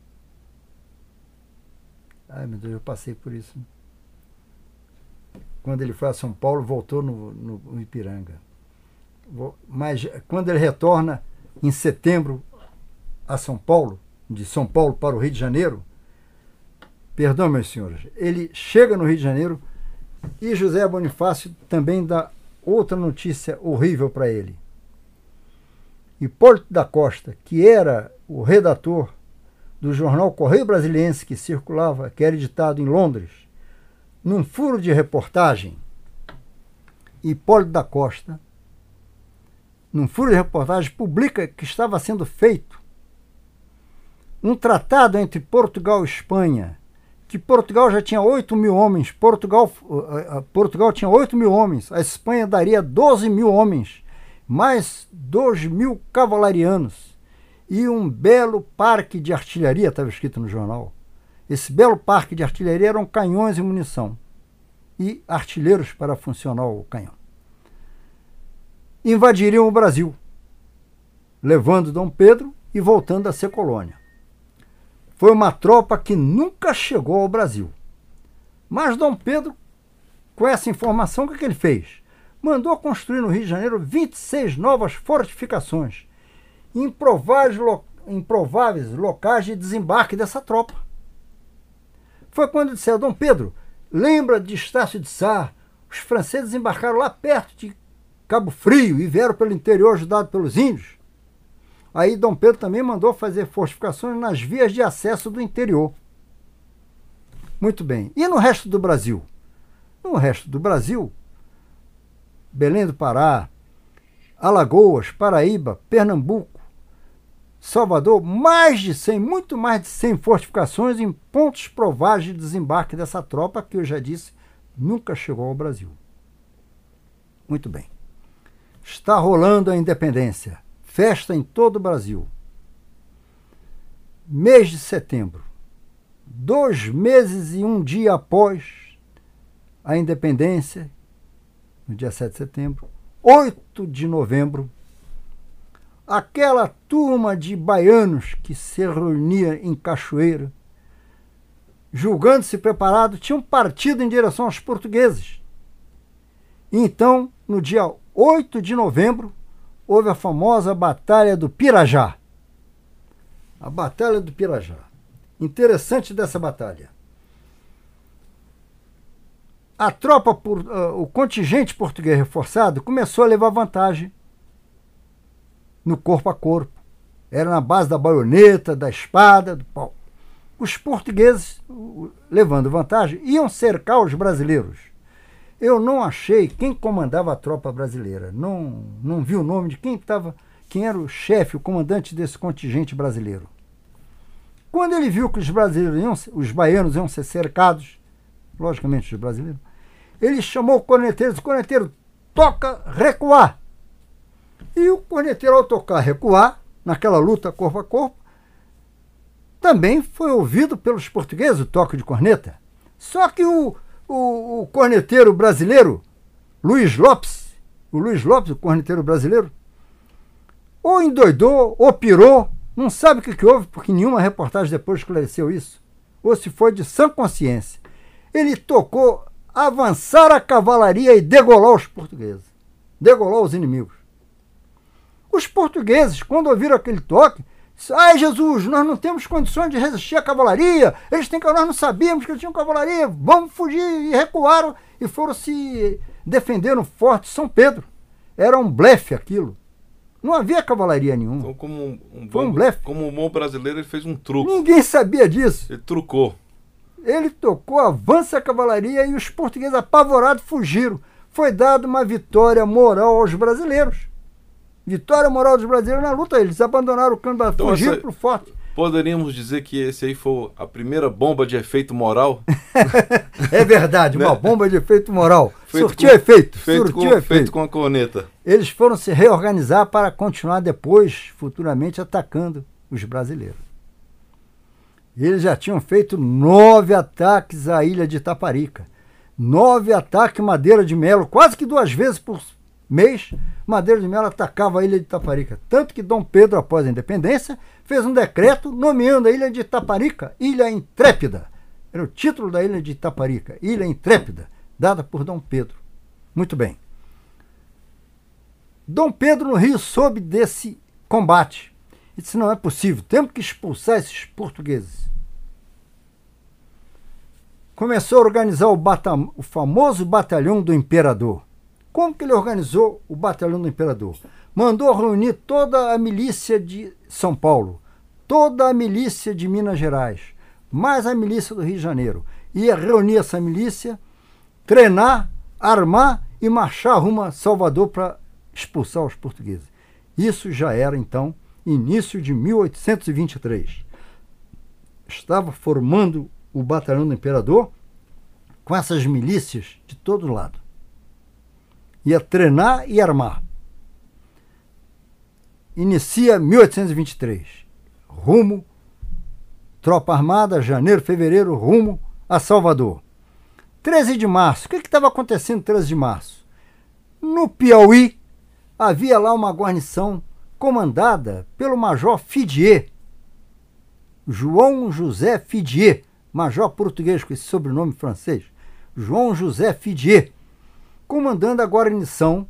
Ai, meu Deus, eu passei por isso. Quando ele foi a São Paulo, voltou no, no Ipiranga. Mas quando ele retorna em setembro a São Paulo, de São Paulo para o Rio de Janeiro, perdão, meus senhores, ele chega no Rio de Janeiro e José Bonifácio também dá outra notícia horrível para ele. Hipólito da Costa, que era o redator do jornal Correio Brasiliense, que circulava, que era editado em Londres, num furo de reportagem, Hipólito da Costa num furo de reportagem, publica que estava sendo feito um tratado entre Portugal e Espanha, que Portugal já tinha oito mil homens, Portugal, uh, uh, Portugal tinha oito mil homens, a Espanha daria doze mil homens, mais dois mil cavalarianos e um belo parque de artilharia, estava escrito no jornal. Esse belo parque de artilharia eram canhões e munição e artilheiros para funcionar o canhão. Invadiriam o Brasil, levando Dom Pedro e voltando a ser colônia. Foi uma tropa que nunca chegou ao Brasil. Mas Dom Pedro, com essa informação, o que, que ele fez? Mandou construir no Rio de Janeiro vinte e seis novas fortificações, em prováveis, lo, em prováveis locais de desembarque dessa tropa. Foi quando disseram: Dom Pedro, lembra de Estácio de Sá? Os franceses embarcaram lá perto de Cabo Frio e vieram pelo interior ajudado pelos índios. Aí Dom Pedro também mandou fazer fortificações nas vias de acesso do interior. Muito bem. E no resto do Brasil? No resto do Brasil, Belém do Pará, Alagoas, Paraíba, Pernambuco, Salvador, mais de cem, muito mais de cem fortificações em pontos prováveis de desembarque dessa tropa que eu já disse, nunca chegou ao Brasil. Muito bem. Está rolando a independência. Festa em todo o Brasil. Mês de setembro. Dois meses e um dia após a independência, no dia sete de setembro, oito de novembro, aquela turma de baianos que se reunia em Cachoeira, julgando-se preparado, tinham partido em direção aos portugueses. E então, no dia oito de novembro, houve a famosa Batalha do Pirajá. A Batalha do Pirajá. Interessante dessa batalha. A tropa, por, uh, o contingente português reforçado começou a levar vantagem no corpo a corpo. Era na base da baioneta, da espada, do pau. Os portugueses, uh, levando vantagem, iam cercar os brasileiros. Eu não achei quem comandava a tropa brasileira. Não, não vi o nome de quem estava, quem era o chefe, o comandante desse contingente brasileiro. Quando ele viu que os brasileiros iam, os baianos iam ser cercados, logicamente os brasileiros, ele chamou o corneteiro e disse: corneteiro, toca recuar. E o corneteiro, ao tocar recuar, naquela luta corpo a corpo, também foi ouvido pelos portugueses o toque de corneta. Só que o O, o corneteiro brasileiro, Luiz Lopes, o Luiz Lopes, o corneteiro brasileiro, ou endoidou, ou pirou, não sabe o que, que houve, porque nenhuma reportagem depois esclareceu isso, ou se foi de sã consciência. Ele tocou avançar a cavalaria e degolou os portugueses, degolou os inimigos. Os portugueses, quando ouviram aquele toque, ai, Jesus, nós não temos condições de resistir à cavalaria, eles têm que, nós não sabíamos que eles tinham cavalaria, vamos fugir, e recuaram e foram se defender no Forte São Pedro. Era um blefe aquilo. Não havia cavalaria nenhuma. Então, como um, um Foi bom, um blefe. Como um bom brasileiro, ele fez um truque. Ninguém sabia disso. Ele trucou. Ele tocou, avança a cavalaria e os portugueses apavorados fugiram. Foi dada uma vitória moral aos brasileiros. Vitória moral dos brasileiros na luta. Eles abandonaram o campo, Então, fugiram essa- para o forte. Poderíamos dizer que esse aí foi a primeira bomba de efeito moral? É verdade, uma Né? bomba de efeito moral. Feito Surtiu com- efeito, Feito surtiu com, efeito. feito com a corneta. Eles foram se reorganizar para continuar depois, futuramente, atacando os brasileiros. Eles já tinham feito nove ataques à ilha de Itaparica. Nove ataques Madeira de Melo, quase que duas vezes por mês, Madeira de Melo atacava a ilha de Itaparica. Tanto que Dom Pedro, após a independência, fez um decreto nomeando a ilha de Itaparica Ilha Intrépida. Era o título da ilha de Itaparica, Ilha Intrépida, dada por Dom Pedro. Muito bem. Dom Pedro no Rio soube desse combate e disse: não é possível, temos que expulsar esses portugueses. Começou a organizar o, bata- o famoso Batalhão do Imperador. Como que ele organizou o Batalhão do Imperador? Mandou reunir toda a milícia de São Paulo, toda a milícia de Minas Gerais, mais a milícia do Rio de Janeiro. Ia reunir essa milícia, treinar, armar e marchar rumo a Salvador para expulsar os portugueses. Isso já era, então, início de mil oitocentos e vinte e três. Estava formando o Batalhão do Imperador com essas milícias de todo lado. Ia treinar e armar. Inicia mil oitocentos e vinte e três. Rumo, tropa armada, janeiro, fevereiro, rumo a Salvador. treze de março. O que estava acontecendo treze de março? No Piauí, havia lá uma guarnição comandada pelo Major Fidier. João José Fidier, major português com esse sobrenome francês. João José Fidier, comandando a guarnição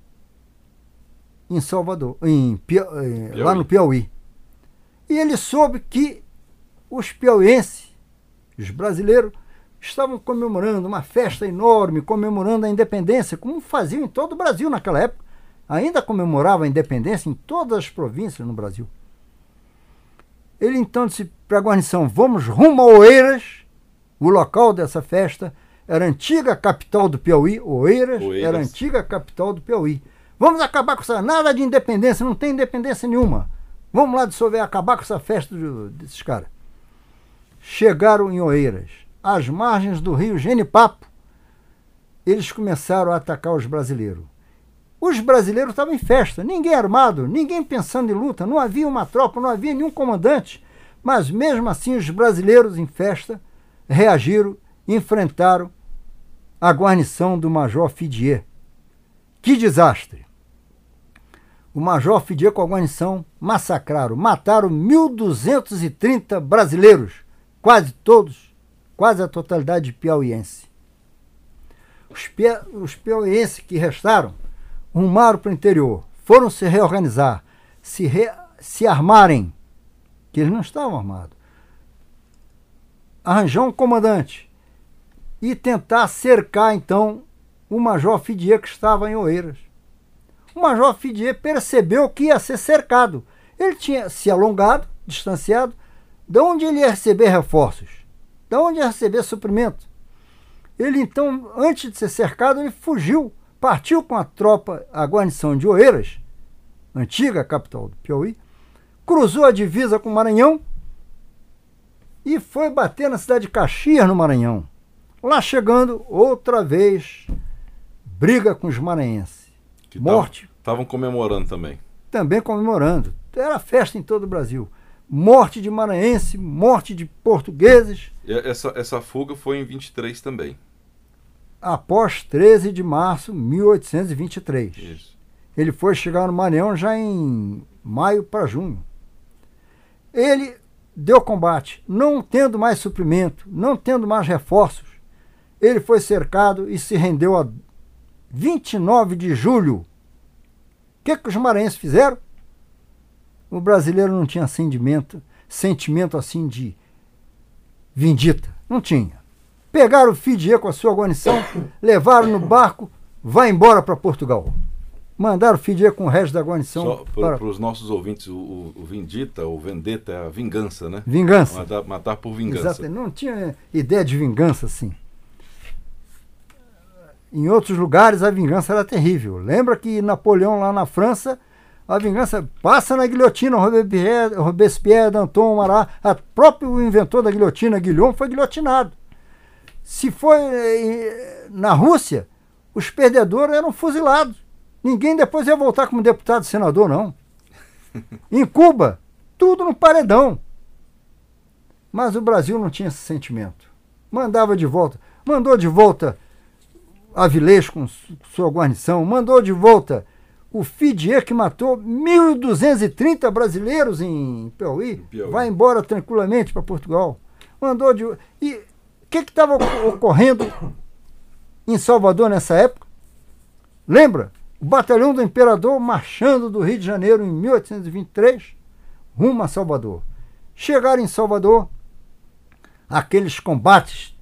em Salvador, em, em, lá no Piauí. E ele soube que os piauienses, os brasileiros, estavam comemorando uma festa enorme, comemorando a independência, como faziam em todo o Brasil naquela época. Ainda comemorava a independência em todas as províncias no Brasil. Ele então disse para a guarnição: vamos rumo a Oeiras. O local dessa festa era a antiga capital do Piauí. Oeiras, Oeiras era a antiga capital do Piauí. Vamos acabar com essa... Nada de independência, não tem independência nenhuma. Vamos lá dissolver, acabar com essa festa do, desses caras. Chegaram em Oeiras, às margens do rio Genipapo. Eles começaram a atacar os brasileiros. Os brasileiros estavam em festa, ninguém armado, ninguém pensando em luta, não havia uma tropa, não havia nenhum comandante. Mas mesmo assim os brasileiros em festa reagiram, enfrentaram a guarnição do Major Fidier. Que desastre! O Major Fidier com a guarnição massacraram, mataram mil duzentos e trinta brasileiros, quase todos, quase a totalidade piauiense. Os, pia, os piauienses que restaram rumaram para o interior, foram se reorganizar, se, re, se armarem, que eles não estavam armados, arranjar um comandante e tentar cercar, então, o Major Fidier que estava em Oeiras. O Major Fidier percebeu que ia ser cercado. Ele tinha se alongado, distanciado. De onde ele ia receber reforços? De onde ia receber suprimento? Ele, então, antes de ser cercado, ele fugiu, partiu com a tropa, a guarnição de Oeiras, antiga capital do Piauí, cruzou a divisa com o Maranhão e foi bater na cidade de Caxias, no Maranhão. Lá chegando, outra vez, briga com os maranhenses. Que Morte. Estavam comemorando também. Também comemorando. Era festa em todo o Brasil. Morte de maranhense, morte de portugueses. E essa, essa fuga foi em vinte e três também. Após treze de março de mil oitocentos e vinte e três. Isso. Ele foi chegar no Maranhão já em maio para junho. Ele deu combate, não tendo mais suprimento, não tendo mais reforços. Ele foi cercado e se rendeu a vinte e nove de julho. O que, que os maranhenses fizeram? O brasileiro não tinha sentimento, sentimento assim de vindita. Não tinha. Pegaram o Fidier com a sua guarnição, levaram no barco, vai embora para Portugal. Mandaram o Fidier com o resto da guarnição. Só para os nossos ouvintes, o, o, o vindita, o vendetta é a vingança, né? Vingança. Matar, matar por vingança. Exato. Não tinha ideia de vingança assim. Em outros lugares a vingança era terrível. Lembra que Napoleão lá na França, a vingança passa na guilhotina, Robespierre, Robespierre Danton, Marat, o próprio inventor da guilhotina, Guillaume, foi guilhotinado. Se foi na Rússia, os perdedores eram fuzilados. Ninguém depois ia voltar como deputado e senador, não. Em Cuba, tudo no paredão. Mas o Brasil não tinha esse sentimento. Mandava de volta. Mandou de volta Avilés com sua guarnição. Mandou de volta o Fidier, que matou mil duzentos e trinta brasileiros em Piauí. Piauí. Vai embora tranquilamente para Portugal. Mandou de... E o que estava ocorrendo em Salvador nessa época? Lembra? O Batalhão do Imperador marchando do Rio de Janeiro em mil oitocentos e vinte e três, rumo a Salvador. Chegaram em Salvador, aqueles combates,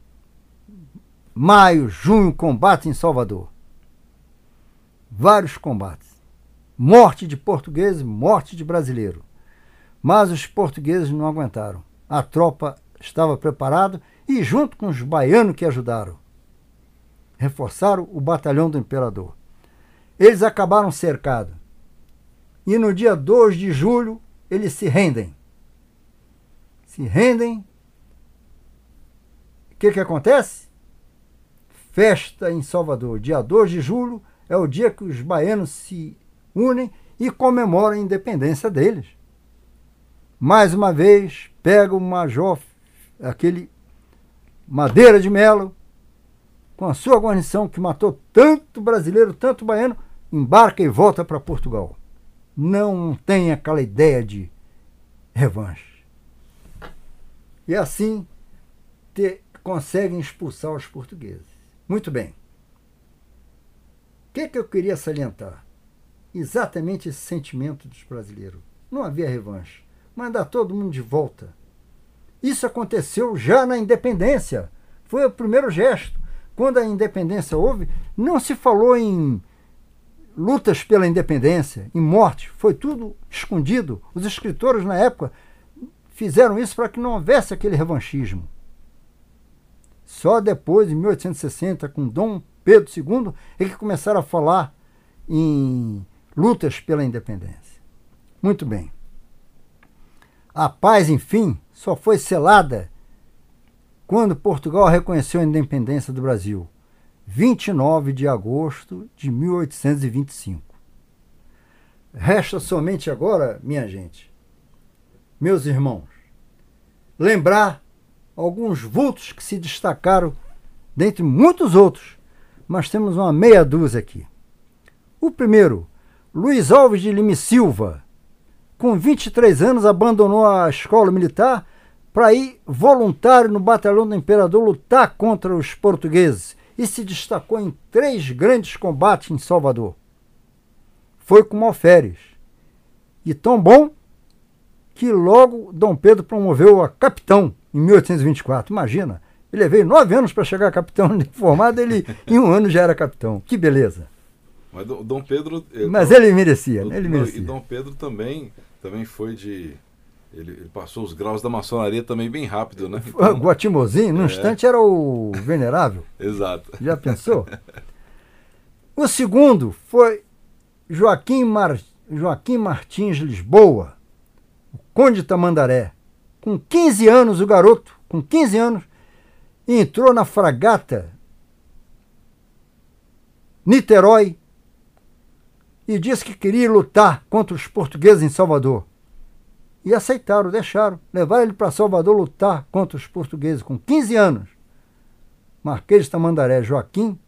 maio, junho, combate em Salvador. Vários combates. Morte de portugueses, morte de brasileiro. Mas os portugueses não aguentaram. A tropa estava preparada e junto com os baianos que ajudaram, reforçaram o Batalhão do Imperador. Eles acabaram cercados. e no dia dois de julho eles se rendem. Se rendem. O que que acontece? Festa em Salvador. Dia dois de julho é o dia que os baianos se unem e comemoram a independência deles. Mais uma vez, pega o major, aquele Madeira de Melo, com a sua guarnição que matou tanto brasileiro, tanto baiano, embarca e volta para Portugal. Não tem aquela ideia de revanche. E assim te, conseguem expulsar os portugueses. Muito bem. O que, que eu queria salientar? Exatamente esse sentimento dos brasileiros. Não havia revanche. Mandar todo mundo de volta. Isso aconteceu já na independência. Foi o primeiro gesto. Quando a independência houve, não se falou em lutas pela independência, em morte. Foi tudo escondido. Os escritores, na época, fizeram isso para que não houvesse aquele revanchismo. Só depois, em mil oitocentos e sessenta, com Dom Pedro segundo, é que começaram a falar em lutas pela independência. Muito bem. A paz, enfim, só foi selada quando Portugal reconheceu a independência do Brasil, vinte e nove de agosto de mil oitocentos e vinte e cinco. Resta somente agora, minha gente, meus irmãos, lembrar alguns vultos que se destacaram dentre muitos outros, mas temos uma meia dúzia aqui. O primeiro, Luiz Alves de Lima e Silva, com vinte e três anos, abandonou a escola militar para ir voluntário no batalhão do Imperador lutar contra os portugueses e se destacou em três grandes combates em Salvador. Foi como alferes. E tão bom que logo Dom Pedro promoveu a capitão em mil oitocentos e vinte e quatro. Imagina, ele veio nove anos para chegar a capitão formado, ele em um ano já era capitão. Que beleza. Mas Dom Pedro... Mas ele merecia, do, ele merecia. E Dom Pedro também, também foi de... Ele, ele passou os graus da maçonaria também bem rápido, né? Então, Guatimozinho, no é. instante era o venerável. Exato. Já pensou? O segundo foi Joaquim, Mar... Joaquim Martins Lisboa, o Conde de Tamandaré. Com quinze anos, o garoto, com quinze anos, entrou na fragata Niterói e disse que queria lutar contra os portugueses em Salvador. E aceitaram, deixaram, levaram ele para Salvador lutar contra os portugueses com quinze anos. Marquês de Tamandaré, Joaquim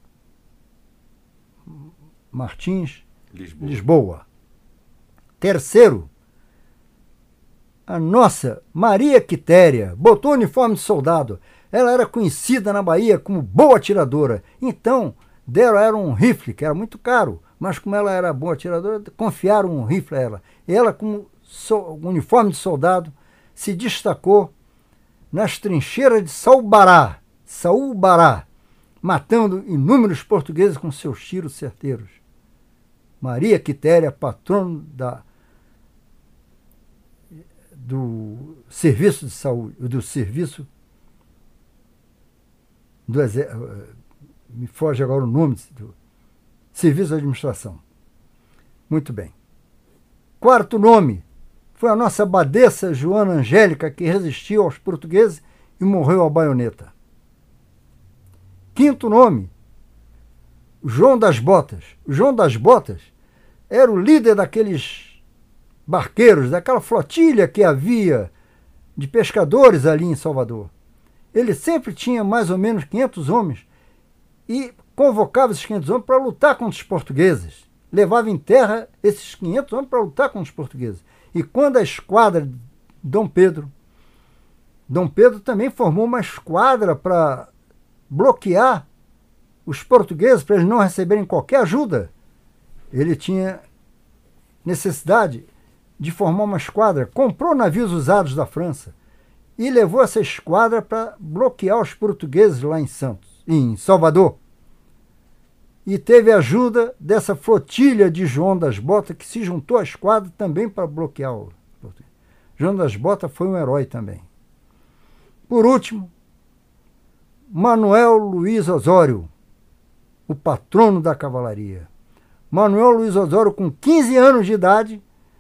Martins Lisboa. Lisboa. Terceiro, a nossa Maria Quitéria botou o uniforme de soldado. Ela era conhecida na Bahia como boa atiradora. Então, deram a ela um rifle, que era muito caro, mas como ela era boa atiradora, confiaram um rifle a ela. Ela, como so, uniforme de soldado, se destacou nas trincheiras de Saubará, Saubará, matando inúmeros portugueses com seus tiros certeiros. Maria Quitéria, patrono da do serviço de saúde, do serviço do exército, me foge agora o nome do serviço de administração. Muito bem. Quarto nome foi a nossa abadesa Joana Angélica, que resistiu aos portugueses e morreu à baioneta. Quinto nome, João das Botas. O João das Botas era o líder daqueles barqueiros, daquela flotilha que havia de pescadores ali em Salvador. Ele sempre tinha mais ou menos quinhentos homens e convocava esses quinhentos homens para lutar contra os portugueses. Levava em terra esses quinhentos homens para lutar contra os portugueses. E quando a esquadra de Dom Pedro, Dom Pedro também formou uma esquadra para bloquear os portugueses, para eles não receberem qualquer ajuda. Ele tinha necessidade de formar uma esquadra, comprou navios usados da França e levou essa esquadra para bloquear os portugueses lá em Santos, em Salvador. E teve ajuda dessa flotilha de João das Botas, que se juntou à esquadra também para bloquear o português. João das Botas foi um herói também. Por último, Manuel Luiz Osório, o patrono da cavalaria. Manuel Luiz Osório, com quinze anos de idade,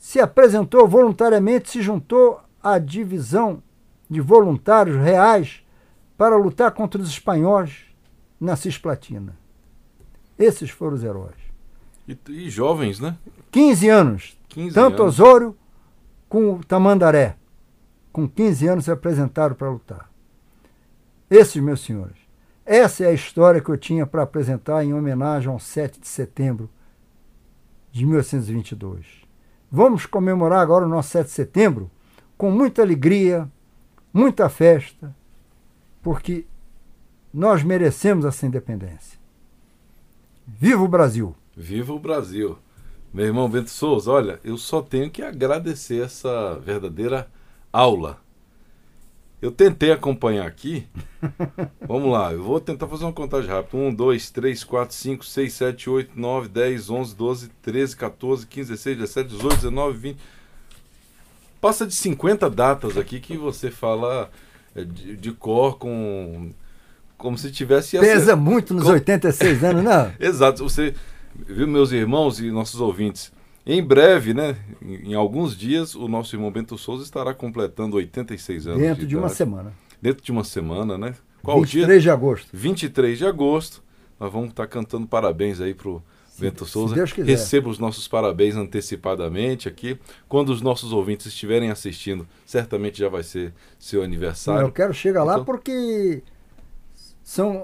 se apresentou voluntariamente, se juntou à divisão de voluntários reais para lutar contra os espanhóis na Cisplatina. Esses foram os heróis. E, e jovens, né? quinze anos. quinze Tanto anos. Osório como o Tamandaré, com quinze anos, se apresentaram para lutar. Esses, meus senhores, essa é a história que eu tinha para apresentar em homenagem ao sete de setembro de mil oitocentos e vinte e dois. Vamos comemorar agora o nosso sete de setembro com muita alegria, muita festa, porque nós merecemos essa independência. Viva o Brasil! Viva o Brasil! Meu irmão Bento Souza, olha, eu só tenho que agradecer essa verdadeira aula. Eu tentei acompanhar aqui. Vamos lá, eu vou tentar fazer uma contagem rápida. um, dois, três, quatro, cinco, seis, sete, oito, nove, dez, onze, doze, treze, quatorze, quinze, dezesseis, dezessete, dezoito, dezenove, vinte. Passa de cinquenta datas aqui que você fala de, de cor com... como se tivesse... Pesa muito nos com... oitenta e seis anos, não? Exato. Você viu, meus irmãos e nossos ouvintes? Em breve, né, em, em alguns dias, o nosso irmão Bento Souza estará completando oitenta e seis anos. Dentro de, de uma semana. Dentro de uma semana, né? Qual vinte e três dia? de agosto. vinte e três de agosto. Nós vamos estar cantando parabéns aí pro Bento Souza. Se Deus quiser. Receba os nossos parabéns antecipadamente aqui. Quando os nossos ouvintes estiverem assistindo, certamente já vai ser seu aniversário. Eu quero chegar lá Então... porque são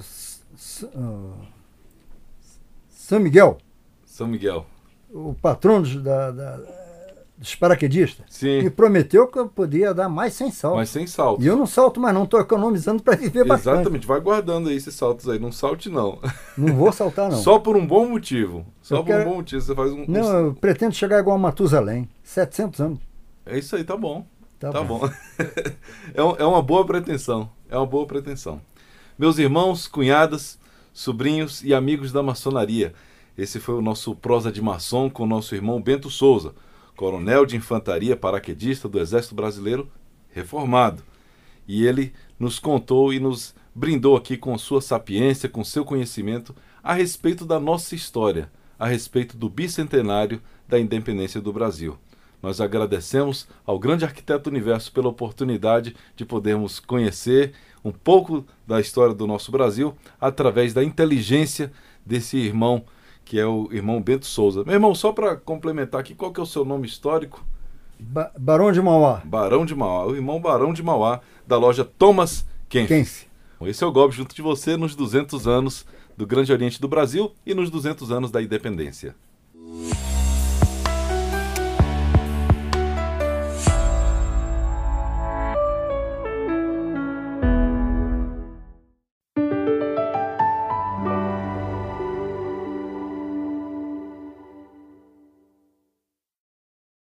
uh, São Miguel, São Miguel. o patrono dos, da, da, dos paraquedistas, Sim. me prometeu que eu podia dar mais cem saltos. Mas sem saltos. E eu não salto mais não, estou economizando para viver bastante. Exatamente, vai guardando aí esses saltos aí, não salte não. Não vou saltar não. Só por um bom motivo. Só Eu por quero- um bom motivo. Você faz um. Não, um... eu pretendo chegar igual a Matusalém, setecentos anos. É isso aí, tá bom. Tá, Tá bom. bom. é, um- é uma boa pretensão. É uma boa pretensão. Meus irmãos, cunhadas, sobrinhos e amigos da maçonaria, esse foi o nosso Prosa de Maçom com o nosso irmão Bento Souza, coronel de infantaria paraquedista do Exército Brasileiro reformado. E ele nos contou e nos brindou aqui com sua sapiência, com seu conhecimento a respeito da nossa história, a respeito do bicentenário da independência do Brasil. Nós agradecemos ao grande arquiteto do universo pela oportunidade de podermos conhecer um pouco da história do nosso Brasil através da inteligência desse irmão, que é o irmão Bento Souza. Meu irmão, só para complementar aqui, qual que é o seu nome histórico? Ba- Barão de Mauá. Barão de Mauá, o irmão Barão de Mauá, da loja Thomas Kempf. Kempf. Esse é o golpe junto de você nos duzentos anos do Grande Oriente do Brasil e nos duzentos anos da independência.